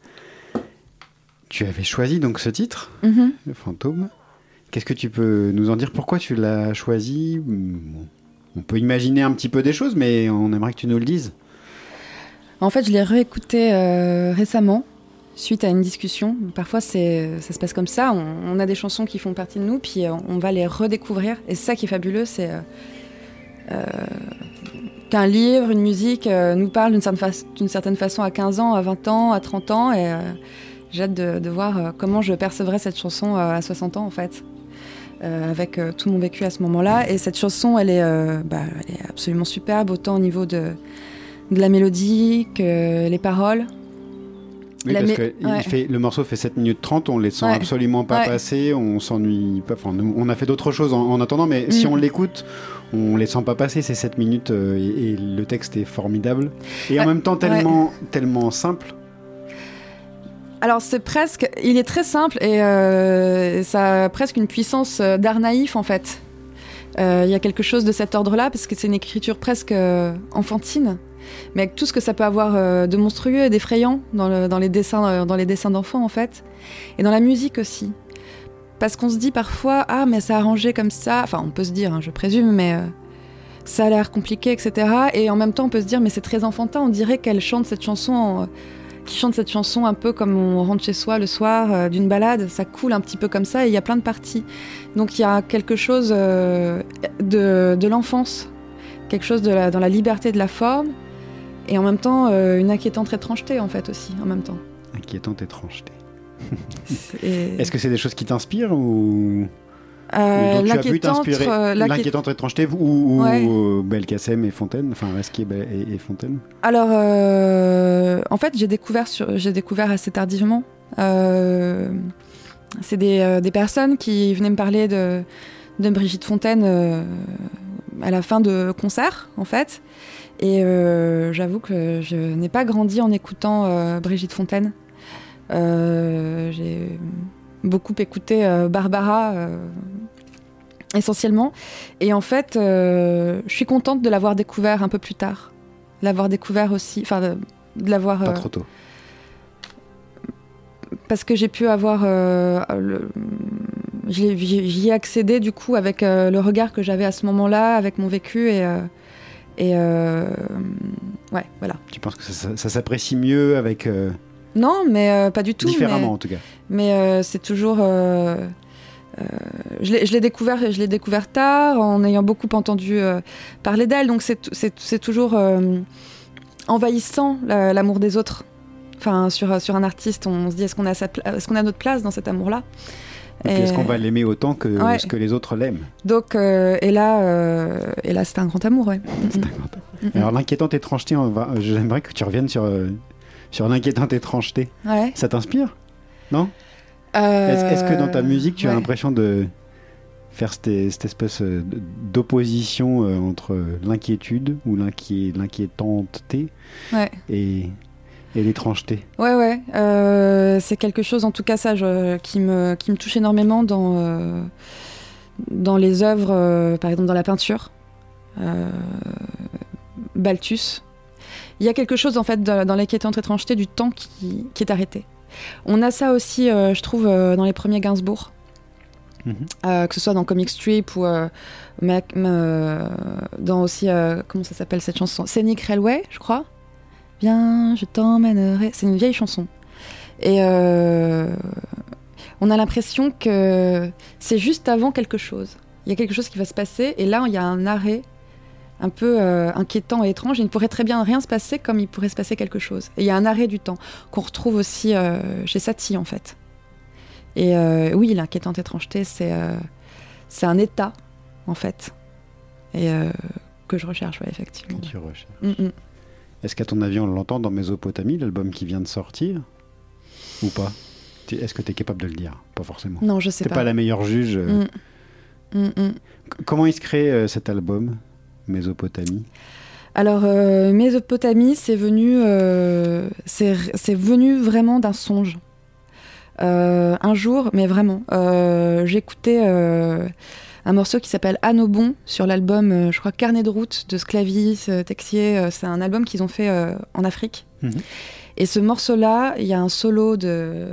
Tu avais choisi donc ce titre, Mm-hmm. le Fantôme. Qu'est-ce que tu peux nous en dire? Pourquoi tu l'as choisi? On peut imaginer un petit peu des choses, mais on aimerait que tu nous le dises. En fait, je l'ai réécouté euh, récemment, suite à une discussion. Parfois, c'est, ça se passe comme ça. On, on a des chansons qui font partie de nous, puis on, on va les redécouvrir. Et c'est ça qui est fabuleux, c'est euh, euh, qu'un livre, une musique euh, nous parle d'une certaine, fa- d'une certaine façon à quinze ans, à vingt ans, à trente ans. Et euh, j'ai hâte de, de voir euh, comment je percevrai cette chanson euh, à soixante ans, en fait. Euh, avec euh, tout mon vécu à ce moment-là. Et cette chanson, elle est, euh, bah, elle est absolument superbe, autant au niveau de, de la mélodie que les paroles. Oui, la parce mé- que ouais. il fait, le morceau fait sept minutes trente, on les sent Ouais. absolument pas Ouais. passer, on s'ennuie pas. Enfin, nous, on a fait d'autres choses en, en attendant, mais Mm. si on l'écoute, on les sent pas passer ces sept minutes euh, et, et le texte est formidable. Et en Ouais. même temps, tellement, tellement simple. Alors c'est presque, il est très simple et euh, ça a presque une puissance euh, d'art naïf en fait. Euh, Il y a quelque chose de cet ordre-là parce que c'est une écriture presque euh, enfantine, mais avec tout ce que ça peut avoir euh, de monstrueux et d'effrayant dans, le, dans les dessins, euh, dans les dessins d'enfants en fait, et dans la musique aussi. Parce qu'on se dit parfois ah mais c'est arrangé comme ça, enfin on peut se dire, hein, je présume, mais euh, ça a l'air compliqué, et cetera. Et en même temps on peut se dire mais c'est très enfantin, on dirait qu'elle chante cette chanson. En, qui chante cette chanson un peu comme on rentre chez soi le soir euh, d'une balade, ça coule un petit peu comme ça et il y a plein de parties. Donc il y a quelque chose euh, de, de l'enfance, quelque chose de la, dans la liberté de la forme et en même temps euh, une inquiétante étrangeté en fait aussi, en même temps. Inquiétante étrangeté. Et... Est-ce que c'est des choses qui t'inspirent ou... Euh, Donc tu as pu l'inquiétante, t'inspirer euh, l'inquié- l'inquiétante étrangeté ou, ou Ouais. euh, Belkacem et Fontaine, enfin Areski et, Bel- et, et Fontaine. Alors, euh, en fait, j'ai découvert, sur, j'ai découvert assez tardivement. Euh, c'est des, euh, des personnes qui venaient me parler de, de Brigitte Fontaine euh, à la fin de concert, en fait. Et euh, j'avoue que je n'ai pas grandi en écoutant euh, Brigitte Fontaine. Euh, j'ai beaucoup écouté euh, Barbara, euh, essentiellement. Et en fait, euh, je suis contente de l'avoir découvert un peu plus tard. L'avoir découvert aussi... Enfin, de, de l'avoir... Pas euh, trop tôt. Parce que j'ai pu avoir... Euh, le, j'y, j'y ai accédé, du coup, avec euh, le regard que j'avais à ce moment-là, avec mon vécu et... Euh, Et euh, ouais, voilà. Tu penses que ça, ça, ça s'apprécie mieux avec... Euh, non, mais euh, pas du tout. Différemment, mais, en tout cas. Mais euh, c'est toujours... Euh, euh, je, l'ai, je, l'ai découvert, je l'ai découvert tard, en ayant beaucoup entendu euh, parler d'elle. Donc c'est, c'est, c'est toujours euh, envahissant, la, l'amour des autres. Enfin, sur, sur un artiste, on se dit, est-ce qu'on a, sa pla- est-ce qu'on a notre place dans cet amour-là ? Et puis, est-ce qu'on va l'aimer autant que ouais. ce que les autres l'aiment ? Donc, euh, et là, euh, et là, c'est un grand amour, ouais. C'est un grand amour. Alors, l'inquiétante étrangeté, on va, j'aimerais que tu reviennes sur, euh, sur l'inquiétante étrangeté. Ouais. Ça t'inspire ? Non ? euh, est-ce, est-ce que dans ta musique, tu ouais. as l'impression de faire cette, cette espèce d'opposition entre l'inquiétude ou l'inquié, l'inquiétanteté ouais. et... Et l'étrangeté. Ouais, ouais. Euh, c'est quelque chose, en tout cas, ça, je, qui, me, qui me touche énormément dans, euh, dans les œuvres, euh, par exemple dans la peinture. Euh, Balthus. Il y a quelque chose, en fait, dans, dans l'inquiétante étrangeté du temps qui, qui est arrêté. On a ça aussi, euh, je trouve, euh, dans les premiers Gainsbourg. Mm-hmm. Euh, que ce soit dans Comic Strip ou euh, Mac, euh, dans aussi, euh, comment ça s'appelle cette chanson ? Scenic Railway, je crois. Viens, je t'emmènerai. C'est une vieille chanson. Et euh, on a l'impression que c'est juste avant quelque chose. Il y a quelque chose qui va se passer, et là, il y a un arrêt un peu euh, inquiétant et étrange. Il ne pourrait très bien rien se passer comme il pourrait se passer quelque chose. Et il y a un arrêt du temps qu'on retrouve aussi euh, chez Satie, en fait. Et euh, oui, l'inquiétante étrangeté, c'est, euh, c'est un état, en fait, et euh, que je recherche, ouais, effectivement. Que tu recherches. Mm-mm. Est-ce qu'à ton avis, on l'entend dans Mésopotamie, l'album qui vient de sortir ? Ou pas ? Est-ce que tu es capable de le dire ? Pas forcément. Non, je sais T'es pas. pas la meilleure juge. Mm. Mm, mm. Comment il se crée euh, cet album, Mésopotamie ? Alors, euh, Mésopotamie, c'est venu, euh, c'est, c'est venu vraiment d'un songe. Euh, un jour, mais vraiment, euh, j'écoutais euh, un morceau qui s'appelle Anne au bon sur l'album, euh, je crois, Carnet de route de Sclavis, euh, Texier. Euh, c'est un album qu'ils ont fait euh, en Afrique. Mmh. Et ce morceau-là, il y a un solo de,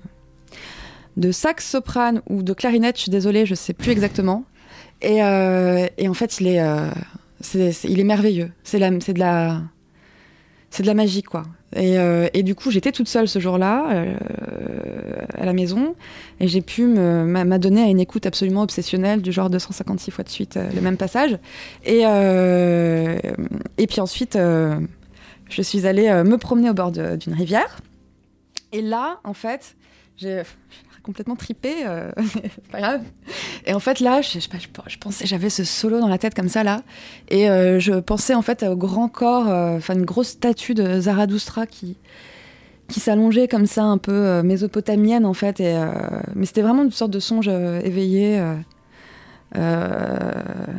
de sax soprane ou de clarinette, je suis désolée, je ne sais plus exactement. Et, euh, et en fait, il est, euh, c'est, c'est, il est merveilleux. C'est, la, c'est, de la, c'est de la magie, quoi. Et, euh, et du coup, j'étais toute seule ce jour-là, euh, à la maison, et j'ai pu me, m'adonner à une écoute absolument obsessionnelle, du genre deux cent cinquante-six fois de suite euh, le même passage. Et, euh, et puis ensuite, euh, je suis allée euh, me promener au bord de, d'une rivière. Et là, en fait, j'ai... complètement tripée, euh, c'est pas grave. Et en fait, là, je, je, je, je pensais, j'avais ce solo dans la tête comme ça, là. Et euh, je pensais, en fait, au grand corps, enfin, euh, une grosse statue de Zarathustra qui, qui s'allongeait comme ça, un peu euh, mésopotamienne, en fait. Et, euh, mais c'était vraiment une sorte de songe euh, éveillé euh, euh,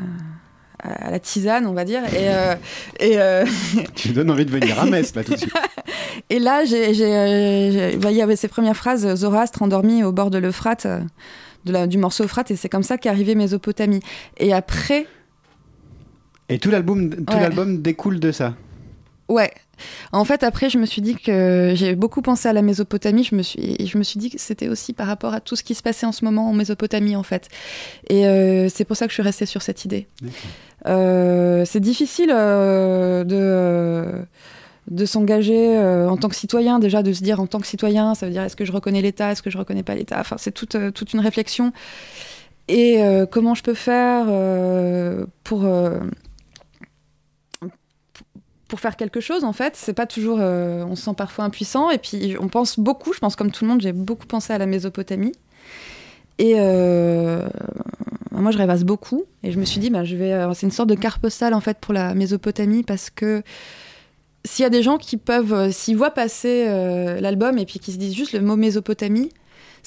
à la tisane, on va dire. Et, euh, et euh... Tu me donnes envie de venir à Metz, là, tout de suite. Et là, j'ai, j'ai, j'ai, bah, il y avait ces premières phrases, Zoroastre endormi au bord de l'Euphrate, de la, du morceau Euphrate, et c'est comme ça qu'est arrivée Mésopotamie. Et après... Et tout l'album, tout ouais. l'album découle de ça. Ouais. En fait, après, je me suis dit que j'ai beaucoup pensé à la Mésopotamie. Je me suis, et je me suis dit que c'était aussi par rapport à tout ce qui se passait en ce moment en Mésopotamie, en fait. Et euh, c'est pour ça que je suis restée sur cette idée. Euh, c'est difficile euh, de... Euh, de s'engager euh, en tant que citoyen, déjà de se dire en tant que citoyen, ça veut dire est-ce que je reconnais l'État, est-ce que je reconnais pas l'État, enfin c'est toute, euh, toute une réflexion. Et euh, comment je peux faire euh, pour, euh, pour faire quelque chose, en fait, c'est pas toujours, euh, on se sent parfois impuissant, et puis on pense beaucoup, je pense comme tout le monde, j'ai beaucoup pensé à la Mésopotamie, et euh, moi je rêvasse beaucoup, et je me suis dit, bah, je vais, euh, c'est une sorte de carte postale en fait pour la Mésopotamie, parce que s'il y a des gens qui peuvent, euh, s'ils voient passer euh, l'album et puis qui se disent juste le mot Mésopotamie,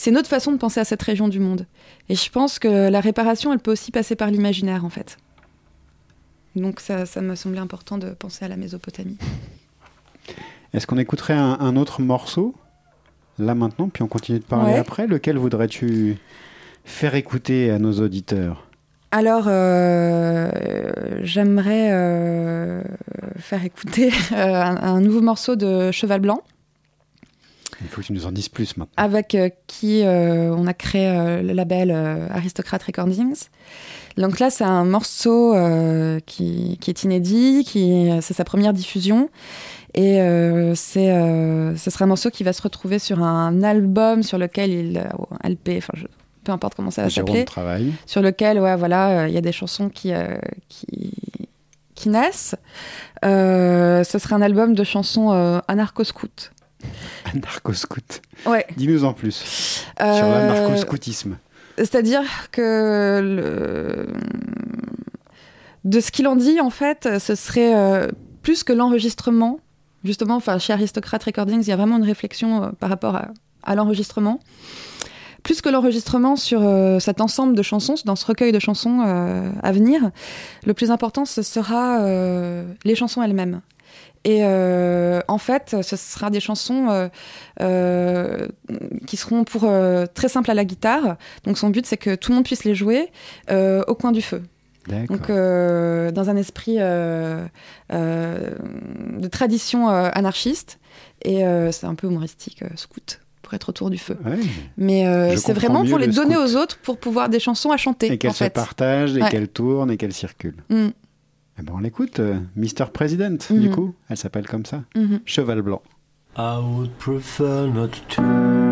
c'est une autre façon de penser à cette région du monde. Et je pense que la réparation, elle peut aussi passer par l'imaginaire, en fait. Donc ça, ça me semblait important de penser à la Mésopotamie. Est-ce qu'on écouterait un, un autre morceau, là maintenant, puis on continue de parler ouais. après? Lequel voudrais-tu faire écouter à nos auditeurs? Alors, euh, j'aimerais euh, faire écouter euh, un, un nouveau morceau de Cheval Blanc. Il faut que tu nous en dises plus maintenant. Avec euh, qui euh, on a créé euh, le label euh, Aristocrate Recordings. Donc là, c'est un morceau euh, qui, qui est inédit, qui, c'est sa première diffusion. Et euh, c'est, euh, ce sera un morceau qui va se retrouver sur un album sur lequel il... Euh, L P, enfin, je, peu importe comment ça va Jérôme s'appeler. Travail. Sur lequel, ouais, voilà, il euh, y a des chansons qui, euh, qui, qui naissent. Euh, ce sera un album de chansons euh, anarcho-scout. Anarcho-scout. Ouais. Dis-nous en plus euh, sur l'anarcho-scoutisme. C'est-à-dire que le... de ce qu'il en dit, en fait, ce serait euh, plus que l'enregistrement. Justement, enfin, chez Aristocrate Recordings, il y a vraiment une réflexion euh, par rapport à, à l'enregistrement. Plus que l'enregistrement sur euh, cet ensemble de chansons, dans ce recueil de chansons euh, à venir, le plus important, ce sera euh, les chansons elles-mêmes. Et euh, en fait, ce sera des chansons euh, euh, qui seront pour euh, très simples à la guitare. Donc son but, c'est que tout le monde puisse les jouer euh, au coin du feu. D'accord. Donc euh, dans un esprit euh, euh, de tradition euh, anarchiste. Et euh, c'est un peu humoristique, euh, scout, pour être autour du feu. Ouais. Mais euh, c'est vraiment pour les donner scout. aux autres, pour pouvoir des chansons à chanter. Et qu'elles en se fait. partagent, et ouais. qu'elles tournent, et qu'elles circulent. Mm. Eh ben on l'écoute, euh, mister President, Mm-hmm. du coup. Elle s'appelle comme ça. Mm-hmm. Cheval Blanc. I would prefer not to,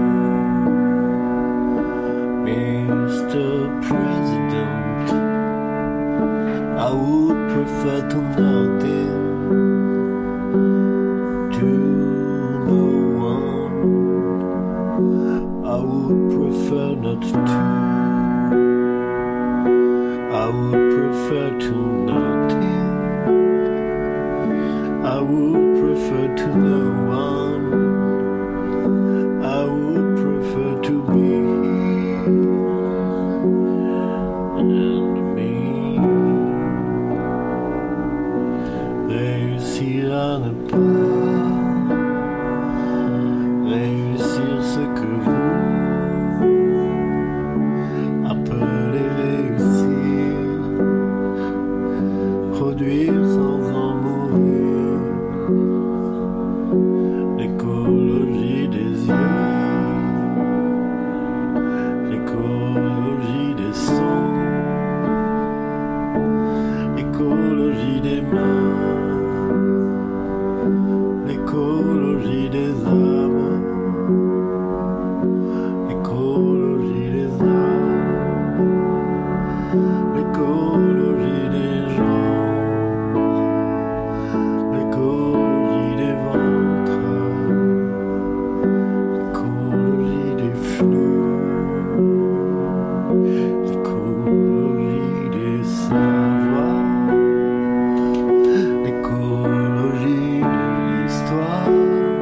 mister President. I would prefer to nothing, to no one. I would prefer not to, I would prefer to nothing. I would prefer to no one. I would prefer to be and me. Réussir à ne pas réussir ce que vous appelez réussir. Produire sans en mourir. L'écologie des yeux, l'écologie des sons, l'écologie des mains, l'écologie des âmes, l'écologie des âmes, l'écologie des gens, l'écologie des ventres, l'écologie des flux, l'écologie des savoirs, l'écologie de l'histoire,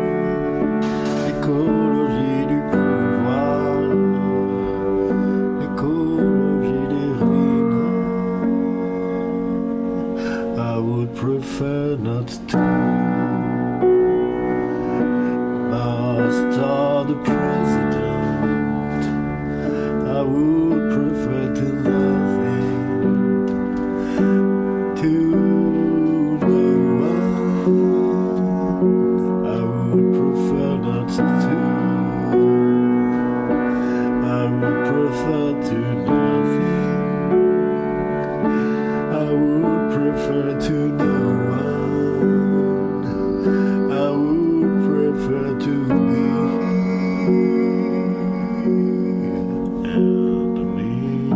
l'écologie du pouvoir, l'écologie des ruines. I would prefer not to. Master the president, I would prefer to nothing, to no one. I would prefer not to, I would prefer to nothing. I would prefer to no one. I would prefer to be and me.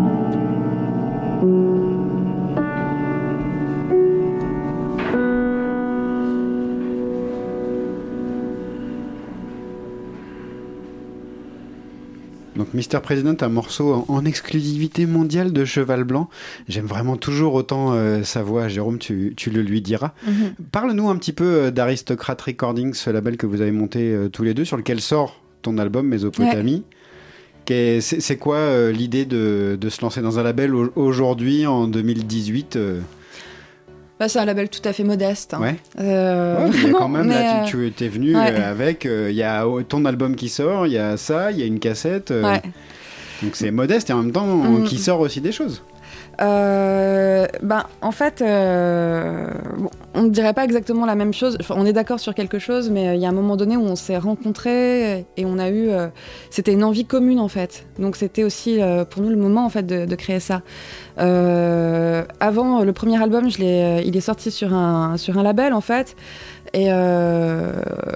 Donc mister President, un morceau en, en exclusivité mondiale de Cheval Blanc. J'aime vraiment toujours autant euh, sa voix. Jérôme, tu, tu le lui diras. Mm-hmm. Parle-nous un petit peu euh, d'Aristocrate Recordings, ce label que vous avez monté euh, tous les deux, sur lequel sort ton album Mésopotamie. Ouais. Qu'est- C'est, c'est quoi euh, l'idée de, de se lancer dans un label au- aujourd'hui, en deux mille dix-huit euh... Bah, c'est un label tout à fait modeste. Hein. Ouais. Euh, Ouais, mais il y a vraiment, quand même, mais, là, euh, tu, tu es venu ouais. euh, avec, euh, il y a ton album qui sort, il y a ça, il y a une cassette. euh, Ouais. Donc c'est modeste et en même temps, Mm. qui sort aussi des choses. Euh, ben, en fait, euh, bon, on ne dirait pas exactement la même chose. Enfin, on est d'accord sur quelque chose, mais euh, il y a un moment donné où on s'est rencontrés et on a eu. Euh, c'était une envie commune, en fait. Donc, c'était aussi euh, pour nous le moment, en fait, de, de créer ça. Euh, avant, le premier album, je l'ai, euh, il est sorti sur un, sur un label, en fait. Et, euh,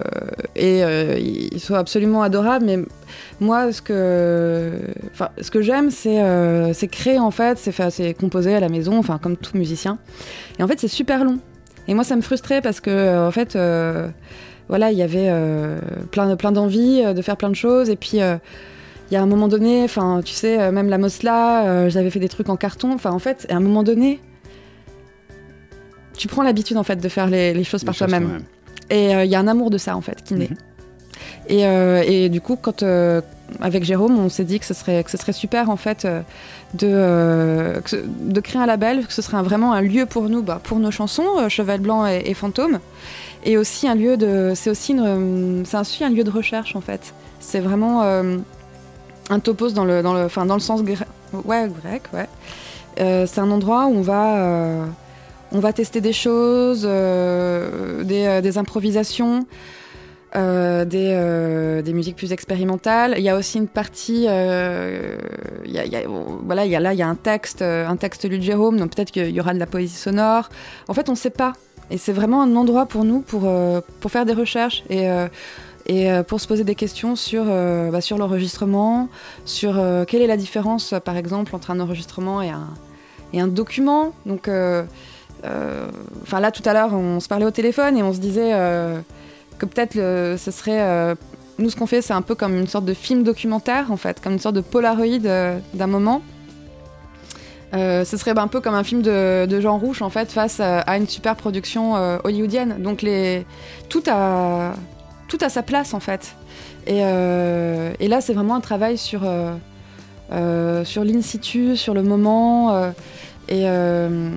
et euh, ils sont absolument adorables, mais moi, ce que, enfin, ce que j'aime, c'est, euh, c'est créer, en fait, c'est, faire, c'est composer à la maison, enfin, comme tout musicien. Et en fait, c'est super long. Et moi, ça me frustrait parce que, euh, en fait, euh, voilà, il y avait euh, plein, plein d'envie de faire plein de choses. Et puis, euh, il y a un moment donné, enfin, tu sais, euh, même la Mosla, euh, j'avais fait des trucs en carton. Enfin, en fait, à un moment donné, tu prends l'habitude, en fait, de faire les, les choses Les par choses toi-même. toi-même. Et il euh, y a un amour de ça, en fait, qui naît. Mhm. Et, euh, et du coup, quand, euh, avec Jérôme, on s'est dit que ce serait, que ce serait super, en fait, euh, de, euh, que ce- de créer un label, que ce serait un- vraiment un lieu pour nous, bah, pour nos chansons, euh, Cheval Blanc et, et Fantôme. Et aussi un lieu de... C'est aussi, une, euh, c'est aussi un lieu de recherche, en fait. C'est vraiment euh, un topos dans le, dans le, enfin, dans le sens grec. Ouais, grec, ouais. Euh, c'est un endroit où on va... euh, on va tester des choses, euh, des, euh, des improvisations, euh, des, euh, des musiques plus expérimentales. Il y a aussi une partie, euh, il y a, il y a- voilà, il y a, là il y a un texte, euh, un texte lu de Jérôme, donc peut-être qu'il y aura de la poésie sonore. En fait, on ne sait pas. Et c'est vraiment un endroit pour nous pour, euh, pour faire des recherches et, euh, et euh, pour se poser des questions sur, euh, bah, sur l'enregistrement, sur euh, quelle est la différence, par exemple, entre un enregistrement et un, et un document. Donc, euh, euh, enfin là, tout à l'heure, on se parlait au téléphone et on se disait euh, que peut-être le- ce serait... euh, nous, ce qu'on fait, c'est un peu comme une sorte de film documentaire, en fait, comme une sorte de Polaroid euh, d'un moment. Euh, ce serait un peu comme un film de, de Jean Rouch, en fait, face à, à une super production euh, hollywoodienne. Donc, les, tout, a, tout a sa place, en fait. Et, euh, et là, c'est vraiment un travail sur, euh, euh, sur l'in situ, sur le moment. Euh, et euh,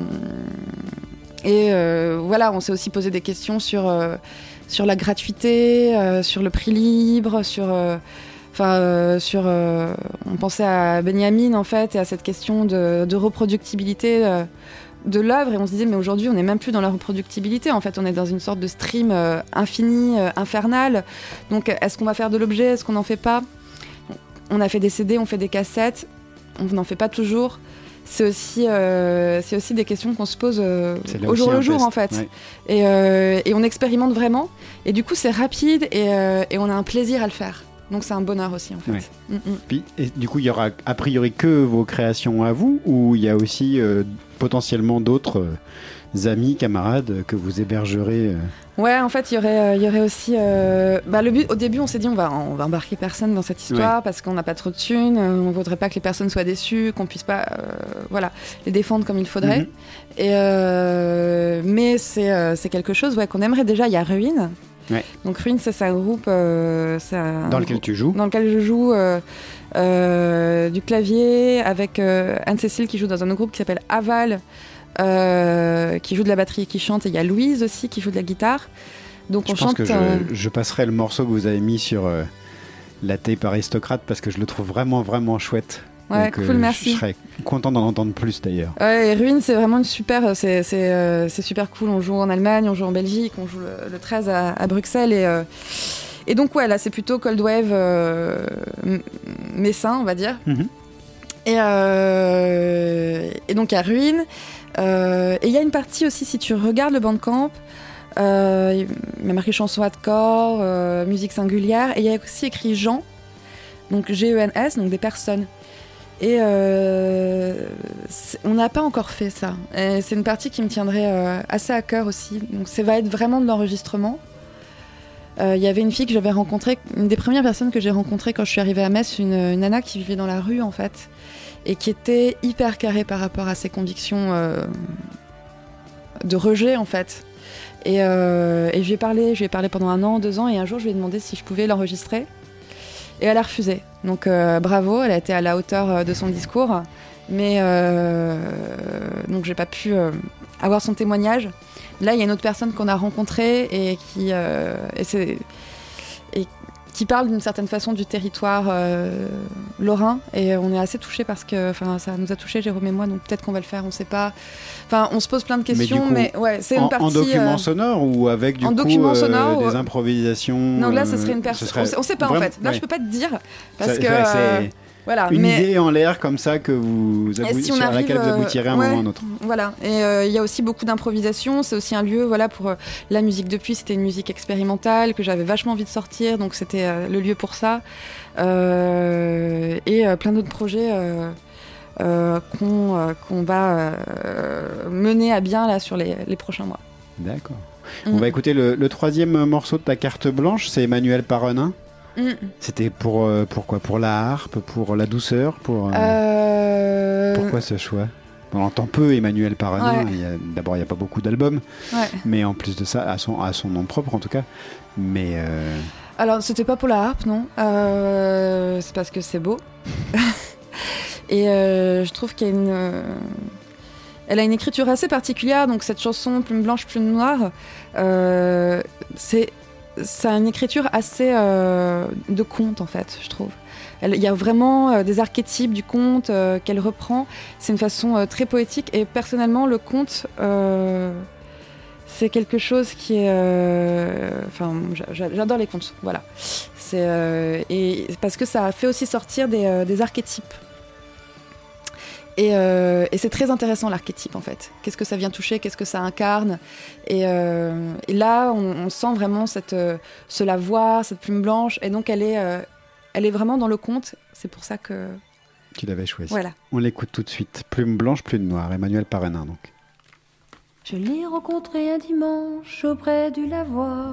et euh, voilà, on s'est aussi posé des questions sur, euh, sur la gratuité, euh, sur le prix libre, sur... Euh, Enfin, euh, sur, euh, on pensait à Benjamin, en fait, et à cette question de, de reproductibilité euh, de l'œuvre, et on se disait, mais aujourd'hui, on n'est même plus dans la reproductibilité, en fait, on est dans une sorte de stream euh, infini, euh, infernal. Donc, est-ce qu'on va faire de l'objet, est-ce qu'on n'en fait pas? On a fait des C D, on fait des cassettes, on n'en fait pas toujours. C'est aussi, euh, c'est aussi des questions qu'on se pose euh, C'est là au aussi jour un le jour, test, en fait. ouais. Et, euh, et on expérimente vraiment, et du coup, c'est rapide, et, euh, et on a un plaisir à le faire. Donc c'est un bonheur aussi, en fait. Ouais. Mm, mm. Puis, et du coup, il y aura a priori que vos créations à vous, ou il y a aussi euh, potentiellement d'autres euh, amis, camarades que vous hébergerez euh, Ouais, en fait, il y aurait, euh, il y aurait aussi... euh, bah, le but, au début, on s'est dit, on va, on va embarquer personne dans cette histoire, Ouais. parce qu'on n'a pas trop de thunes, euh, on voudrait pas que les personnes soient déçues, qu'on puisse pas euh, voilà, les défendre comme il faudrait. Mhm. Et, euh, mais c'est, euh, c'est quelque chose ouais, qu'on aimerait déjà. Il y a Ruine. Ouais. Donc Ruine, c'est un groupe... euh, c'est un dans lequel groupe- tu joues. Dans lequel je joue euh, euh, du clavier avec euh, Anne-Cécile qui joue dans un autre groupe qui s'appelle Aval, euh, qui joue de la batterie et qui chante. Et il y a Louise aussi qui joue de la guitare. Donc Je on pense chante. que je, euh, je passerai le morceau que vous avez mis sur euh, la tape Aristocrate parce que je le trouve vraiment, vraiment chouette. Ouais, Donc, cool, euh, merci. Je serais content d'en entendre plus d'ailleurs. Ouais, et Ruine, c'est vraiment une super, c'est, c'est, euh, c'est super cool. On joue en Allemagne, on joue en Belgique, on joue le, le treize à, à Bruxelles. Et, euh, et donc, ouais, là, c'est plutôt Cold Wave euh, m- messin, on va dire. Mhm. Et, euh, et donc, il y a Ruine. Euh, et il y a une partie aussi, si tu regardes le Bandcamp, euh, il y a marqué chanson hardcore, euh, musique singulière. Et il y a aussi écrit Gens, donc G E N S, donc des personnes. Et euh, c'est- on n'a pas encore fait ça. Et c'est une partie qui me tiendrait euh, assez à cœur aussi. Donc ça va être vraiment de l'enregistrement. Euh, Il y avait une fille que j'avais rencontrée, une des premières personnes que j'ai rencontrées quand je suis arrivée à Metz, une, une nana qui vivait dans la rue en fait, et qui était hyper carrée par rapport à ses convictions euh, de rejet en fait. Et, euh, et je lui ai parlé, je lui ai parlé pendant un an, deux ans, et un jour je lui ai demandé si je pouvais l'enregistrer. Et elle a refusé. Donc euh, bravo, elle a été à la hauteur euh, de son discours. Mais euh, donc j'ai pas pu euh, avoir son témoignage. Là, il y a une autre personne qu'on a rencontrée et qui, euh, et c'est, et qui parle d'une certaine façon du territoire euh, lorrain. Et on est assez touchés parce que ça nous a touchés, Jérôme et moi. Donc peut-être qu'on va le faire, on sait pas. Enfin, on se pose plein de questions, mais, mais, mais ouais, c'est en, une partie. En document euh, sonore ou avec du en coup document euh, sonore, des ou... improvisations. Non, là, ce serait une euh, personne. serait... On, on sait pas Vraiment, en fait. Là, ouais. je peux pas te dire parce ça, que. Ouais, euh, Voilà, une mais... idée en l'air comme ça que vous abou... si on sur arrive, laquelle vous aboutirez à un ouais, moment ou un autre. Voilà, et il euh, y a aussi beaucoup d'improvisation. C'est aussi un lieu, voilà, pour euh, la musique de pluie. C'était une musique expérimentale que j'avais vachement envie de sortir, donc c'était euh, le lieu pour ça. Euh, et euh, plein d'autres projets euh, euh, qu'on euh, qu'on va euh, mener à bien là sur les, les prochains mois. D'accord. Mm. On va écouter le, le troisième morceau de ta carte blanche, c'est Emmanuel Parenin. Mm. C'était pour, euh, pour quoi ? Pour la harpe, pour la douceur, pour euh... Euh... Pourquoi ce choix ? On entend peu Emmanuel Parenin. Ouais. Il y a, d'abord, il n'y a pas beaucoup d'albums, ouais. mais en plus de ça, à son, à son nom propre en tout cas. Mais euh... alors, c'était pas pour la harpe, non. Euh, c'est parce que c'est beau. Et euh, je trouve qu'il y a une... Euh... Elle a une écriture assez particulière, donc cette chanson Plume blanche, plume noire, euh, c'est... c'est une écriture assez euh, de conte en fait, je trouve. Il y a vraiment euh, des archétypes du conte euh, qu'elle reprend. C'est une façon euh, très poétique et personnellement le conte euh, c'est quelque chose qui est... Enfin, euh, j'adore les contes, voilà. C'est, euh, et parce que ça fait aussi sortir des, euh, des archétypes. Et, euh, et c'est très intéressant l'archétype en fait. Qu'est-ce que ça vient toucher, qu'est-ce que ça incarne. Et, euh, et là, on, on sent vraiment cette, euh, ce lavoir, cette plume blanche. Et donc, elle est, euh, elle est vraiment dans le conte. C'est pour ça que... Tu l'avais choisi. Voilà. On l'écoute tout de suite. Plume blanche, plume noire. Emmanuel Parenin donc. Je l'ai rencontré un dimanche auprès du lavoir.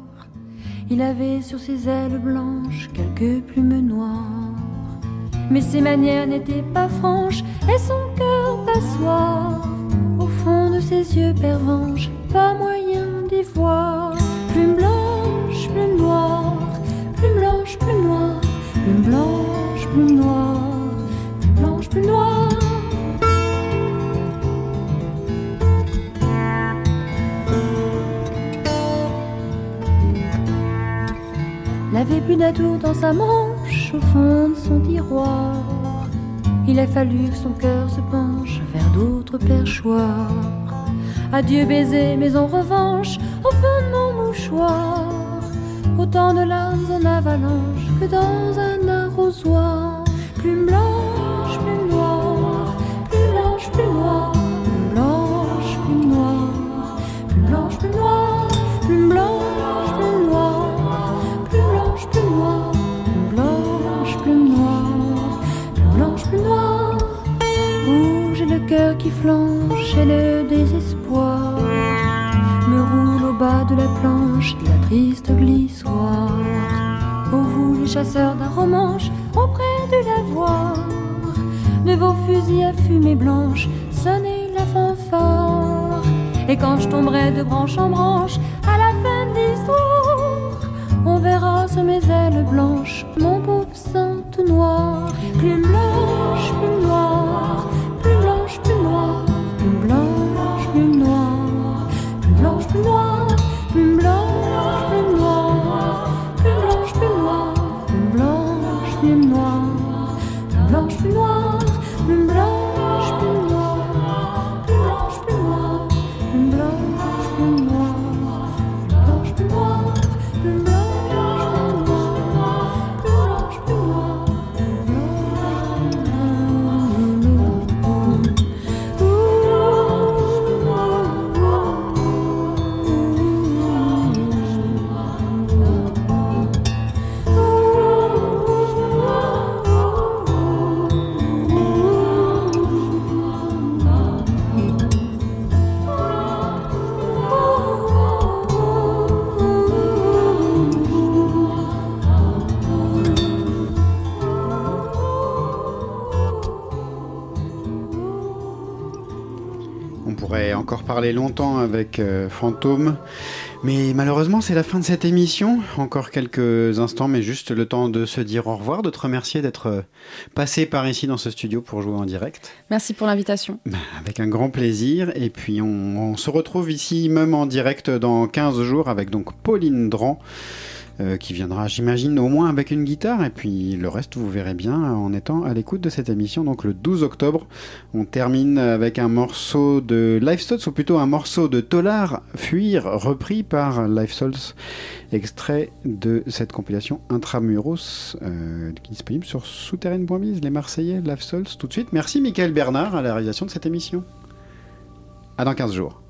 Il avait sur ses ailes blanches quelques plumes noires. Mais ses manières n'étaient pas franches et son cœur passoire. Au fond de ses yeux pervenches, pas moyen d'y voir. Plume blanche, plume noire, plume blanche, plume noire, plume blanche, plume noire, plume blanche, plume noire. N'avait plus d'atour dans sa manche au fond de son tiroir. Il a fallu que son cœur se penche vers d'autres perchoirs. Adieu baiser, mais en revanche, au fond de mon mouchoir, autant de larmes en avalanche que dans un arrosoir. Plume blanche, plume noire, plume blanche, plume noire, plume blanche, plume noire, plume blanche, plume noire, plume blanche, plume noire. Plume noire, plume blanche, plume noire, plume blanche, plume noire. Où j'ai le cœur qui flanche et le désespoir me roule au bas de la planche de la triste glissoire. Ô vous les chasseurs d'arromanches auprès du lavoir, de vos fusils à fumée blanche, sonnez la fanfare. Et quand je tomberai de branche en branche à la fin de l'histoire, on verra sur mes ailes blanches mon pauvre sang tout noir. Plume blanche, plume noire, plume blanche, plume noire, plume blanche, plume noire, plume blanche, plume noire, plume blanche, plume noire, plume blanche, plume noire, plume blanche, plume noire, plume blanche, plume noire, plume blanche, plume noire, plume blanche, plume noire, plume blanche, plume noire, plume blanche, plume noire, plume blanche. Encore parler longtemps avec euh, Fantôme, Mais malheureusement, c'est la fin de cette émission. Encore quelques instants, mais juste le temps de se dire au revoir, de te remercier d'être passé par ici dans ce studio pour jouer en direct. Merci pour l'invitation. Ben, avec un grand plaisir. Et puis, on, on se retrouve ici même en direct dans quinze jours avec donc Pauline Dran. Euh, qui viendra, j'imagine, au moins avec une guitare, et puis le reste, vous verrez bien en étant à l'écoute de cette émission. Donc le douze octobre, on termine avec un morceau de Live Souls, ou plutôt un morceau de Tolar Fuir, repris par Live Souls, extrait de cette compilation Intramuros, euh, qui est disponible sur souterraine point biz, les Marseillais, Live Souls, tout de suite. Merci Michael Bernard à la réalisation de cette émission. À dans quinze jours.